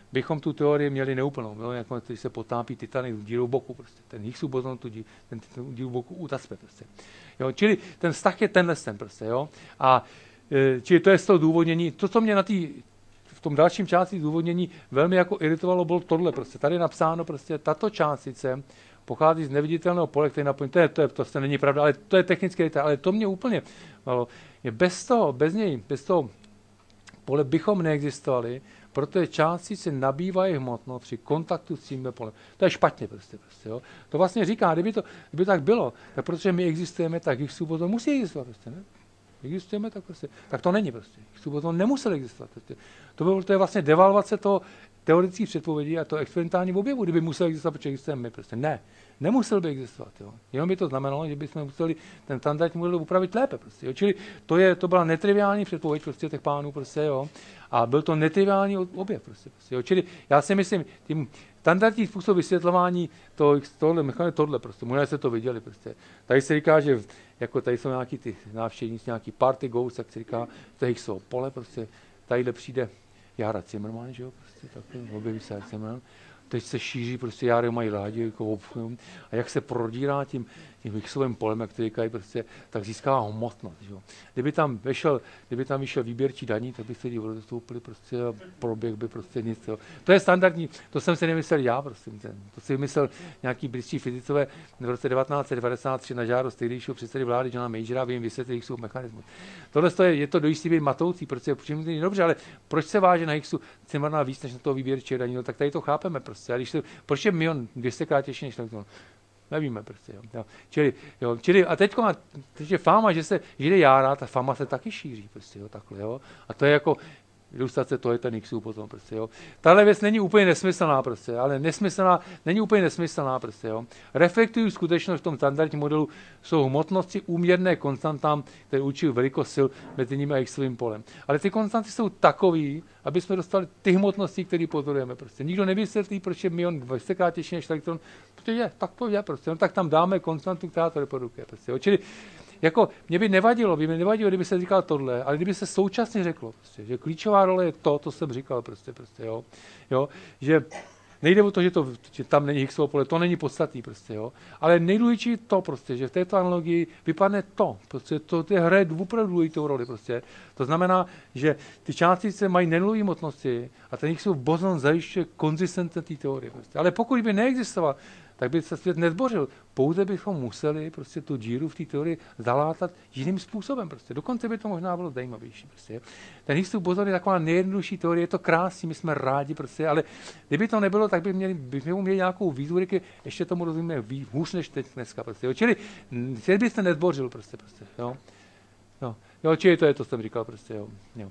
bychom tu teorii měli neúplnou. Jo? Jako když se potápí Titanic v díru boku, prostě. Ten Higgsův bozon tu dí, ten, ten díru boku utaspe. Prostě. Jo? Čili ten vztah je tenhle ten. Prostě, jo? A e, čili to je z toho důvodnění. To, co mě na tý, v tom dalším části důvodnění velmi jako iritovalo, bylo tohle. Prostě. Tady je napsáno, prostě, tato částice pochází z neviditelného pole, který naplní. To, je, to, je, to se není pravda, ale to je technické detail. Ale to mě úplně malo. Je bez toho, bez něj, bez toho pole bychom neexistovali, protože částice nabývají hmotnost při kontaktu s tímhle polem. To je špatně prostě. prostě jo. To vlastně říká, kdyby to kdyby tak bylo, tak protože my existujeme, tak Higgsův bozon musí existovat. Prostě, ne? Existujeme, tak prostě. Tak to není prostě. Higgsův bozon nemusel existovat. Prostě. To, bylo, to je vlastně devalvace toho teoretických předpovědí a to experimentálního objevu, kdyby musel existovat, protože existujeme my. Prostě. Ne. Nemusel by existovat. Jo. Jenom by to znamenalo, že bychom museli ten standardní model upravit lépe. Prostě, jo. Čili to, je, to byla netriviální předpověď prostě, těch pánů. Prostě, jo. A byl to netriviální objev. Prostě, prostě, jo. Čili já si myslím, tím standardní způsob vysvětlování to, tohle, tohle, tohle prostě, možná jste to viděli. Prostě. Tady se říká, že jako tady jsou nějaký ty návštěvníci, nějaký party ghosts, tak se říká, to je Higgsův pole. Prostě, tadyhle přijde Jára Zimmermann, že jo, prostě, takový, objeví se Zimmermann. Teď se šíří, prostě Járy mají rádi, jako, a jak se prodírá tím, tím Higgsovým polem, jak to říkají, prostě, tak získává hmotnost. Že? Kdyby tam vyšel, kdyby tam vyšel výběrčí daní, tak by se lidi odestoupili, prostě, a proběh by prostě nic. Jo. To je standardní, to jsem si nemyslel já, prostě, to si vymyslel nějaký britští fyzikové v roce devatenáct set devadesát tři na žádost tehdejšího předsedy vlády Johna Majora, aby jim vysvětlil Higgsův mechanismus. Tohle je, je to do jistý být matoucí, protože dobře, ale proč se váže na Higgsu Zimmermanna víc než na toho výběrčího daní, no, tak tady to chápeme prostě. A když to, proč je milion dvěstěkrát těžší než to? Nevíme prostě. Jo. Jo. Čili, jo. Čili, a teď má teď je fáma, že se že jde Jára, ta fama se taky šíří. Prostě, jo, takhle, jo. A to je jako ilustrace, to je ten Higgsův potom. Prostě, jo. Tahle věc není úplně nesmyslná, prostě, ale nesmyslná, není úplně nesmyslná. Prostě, jo. Reflektují skutečnost v tom standardním modelu jsou hmotnosti úměrné konstantám, které určují velikost sil mezi nimi a Higgsovým polem. Ale ty konstanty jsou takový, aby jsme dostali ty hmotnosti, které pozorujeme. Prostě. Nikdo nevysvětlí, proč je milion dvacetkrát těžší než elektron. Protože je, tak to je. Prostě. No, tak tam dáme konstantu, která to reprodukuje. Prostě. Jo. Čili jako, mě by nevadilo, by mi nevadilo, kdyby se říkal tohle, ale kdyby se současně řeklo, prostě, že klíčová role je to, to jsem říkal, prostě, prostě, jo. Jo, že nejde o to, že, to, že tam není Higgsovo pole, to není podstatný, prostě, jo. Ale nejdůležitější to, prostě, že v této analogii vypadne to, prostě, to, to hraje opravdu důležitou roli, prostě. To znamená, že ty částice mají nenulové hmotnosti a ten Higgsův bozon zajišťuje konzistentnost té teorie, prostě. Ale pokud by neexistoval, tak by se svět nezbořil. Pouze bychom museli prostě tu díru v té teorii zalátat jiným způsobem. Prostě. Dokonce by to možná bylo zajímavější. Prostě. Ten Higgsův bozon je taková nejjednodušší teorie, je to krásný, my jsme rádi, prostě, ale kdyby to nebylo, tak by měli, by měli nějakou výzvu, ještě tomu rozumíme hůř než teď dneska. Prostě. Jo. Čili svět by se nezbořil. Prostě, prostě, jo. Jo. Jo, čili to je to, co jsem říkal. Prostě, jo. Jo.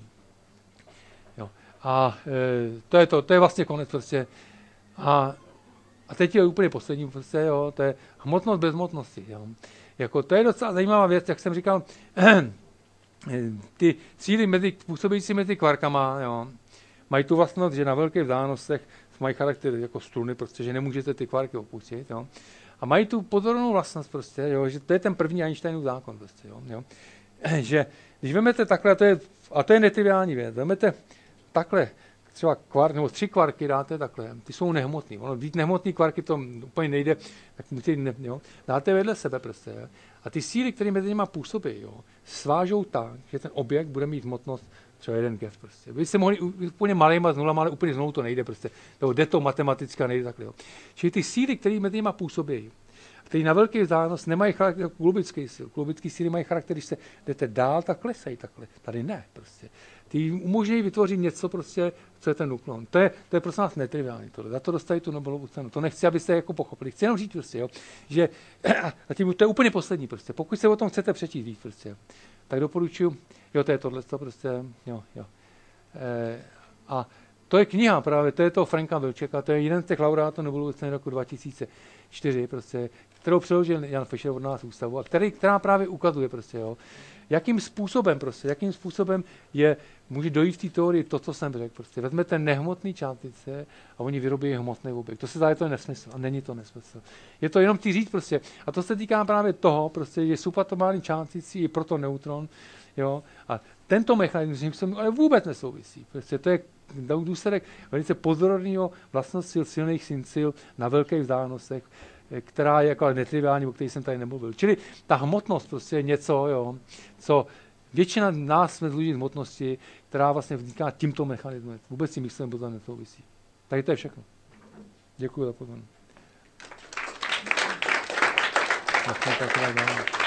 Jo. A e, to, je to, to je vlastně konec. Prostě. A A teď je úplně poslední, prostě, jo, to je hmotnost bez hmotnosti. Jo. Jako, to je docela zajímavá věc, jak jsem říkal, ty síly mezi, působící mezi kvarkama, jo, mají tu vlastnost, že na velkých vzdálenostech mají charakter jako struny, prostě, že nemůžete ty kvarky opustit. Jo. A mají tu pozorovnou vlastnost, prostě, jo, že to je ten první Einsteinův zákon. Prostě, jo, jo. Že když vezmete takhle, to je, a to je netriviální věc, vezmete takhle, třeba kvark, nebo tři kvarky dáte takhle, ty jsou nehmotný. Ono víc nehmotný kvarky to úplně nejde, tak musíte, ne, jo, dáte vedle sebe prostě. Jo. A ty síly, které mezi nimi působí, jo, svážou tak, že ten objekt bude mít hmotnost třeba jeden gest prostě. Vy jste mohli úplně malýma z nulama, ale úplně znovu to nejde prostě. To jde to matematicky, nejde takhle. Jo. Čili ty síly, které mezi nimi působí, které na velký vzdálenost nemají charakter jako klubický sil. Klubický síly mají charakter, když se jdete dál, tak klesají takhle. Tady ne prostě. Ty umožňují vytvořit něco, prostě, co je ten nuklon. To je, to je prostě nás netriviální. Tohle. Za to dostali tu Nobelovu cenu. To nechci, abyste jako pochopili. Chci jenom říct, prostě, jo, že a tím, to je úplně poslední. Prostě. Pokud se o tom chcete přečíst víc, prostě, tak doporučuji, jo, to je tohle, to prostě, jo, jo. E, a to je kniha právě, to je toho Franka Wilczeka, to je jeden z těch laureátů Nobelovy ceny roku dva tisíce čtyři, prostě, kterou přeložil Jan Fischer od nás ústavu, a který, která právě ukazuje, prostě, jo, jakým způsobem, prostě, jakým způsobem je, může dojít v té teorii to, co jsem řekl. Prostě. Vezmete nehmotné částice a oni vyrobí hmotný objekt. To se zdá, že to je nesmysl. A není to nesmysl. Je to jenom ty říct prostě. A to se týká právě toho, prostě, že subatomární částici je proto neutron, Jo? A tento mechanismus ale vůbec nesouvisí. Prostě to je důsledek velice pozorovného vlastnost sil silných synsil na velkých vzdálenostech, která je jako ale netriviální, o které jsem tady nemluvil. Čili ta hmotnost prostě je něco, jo, co většina nás jsme zloží hmotnosti, která vlastně vzniká tímto mechanismem. Vůbec tím myslením bozon nesouvisí. Takže to je všechno. Děkuji za pozornost.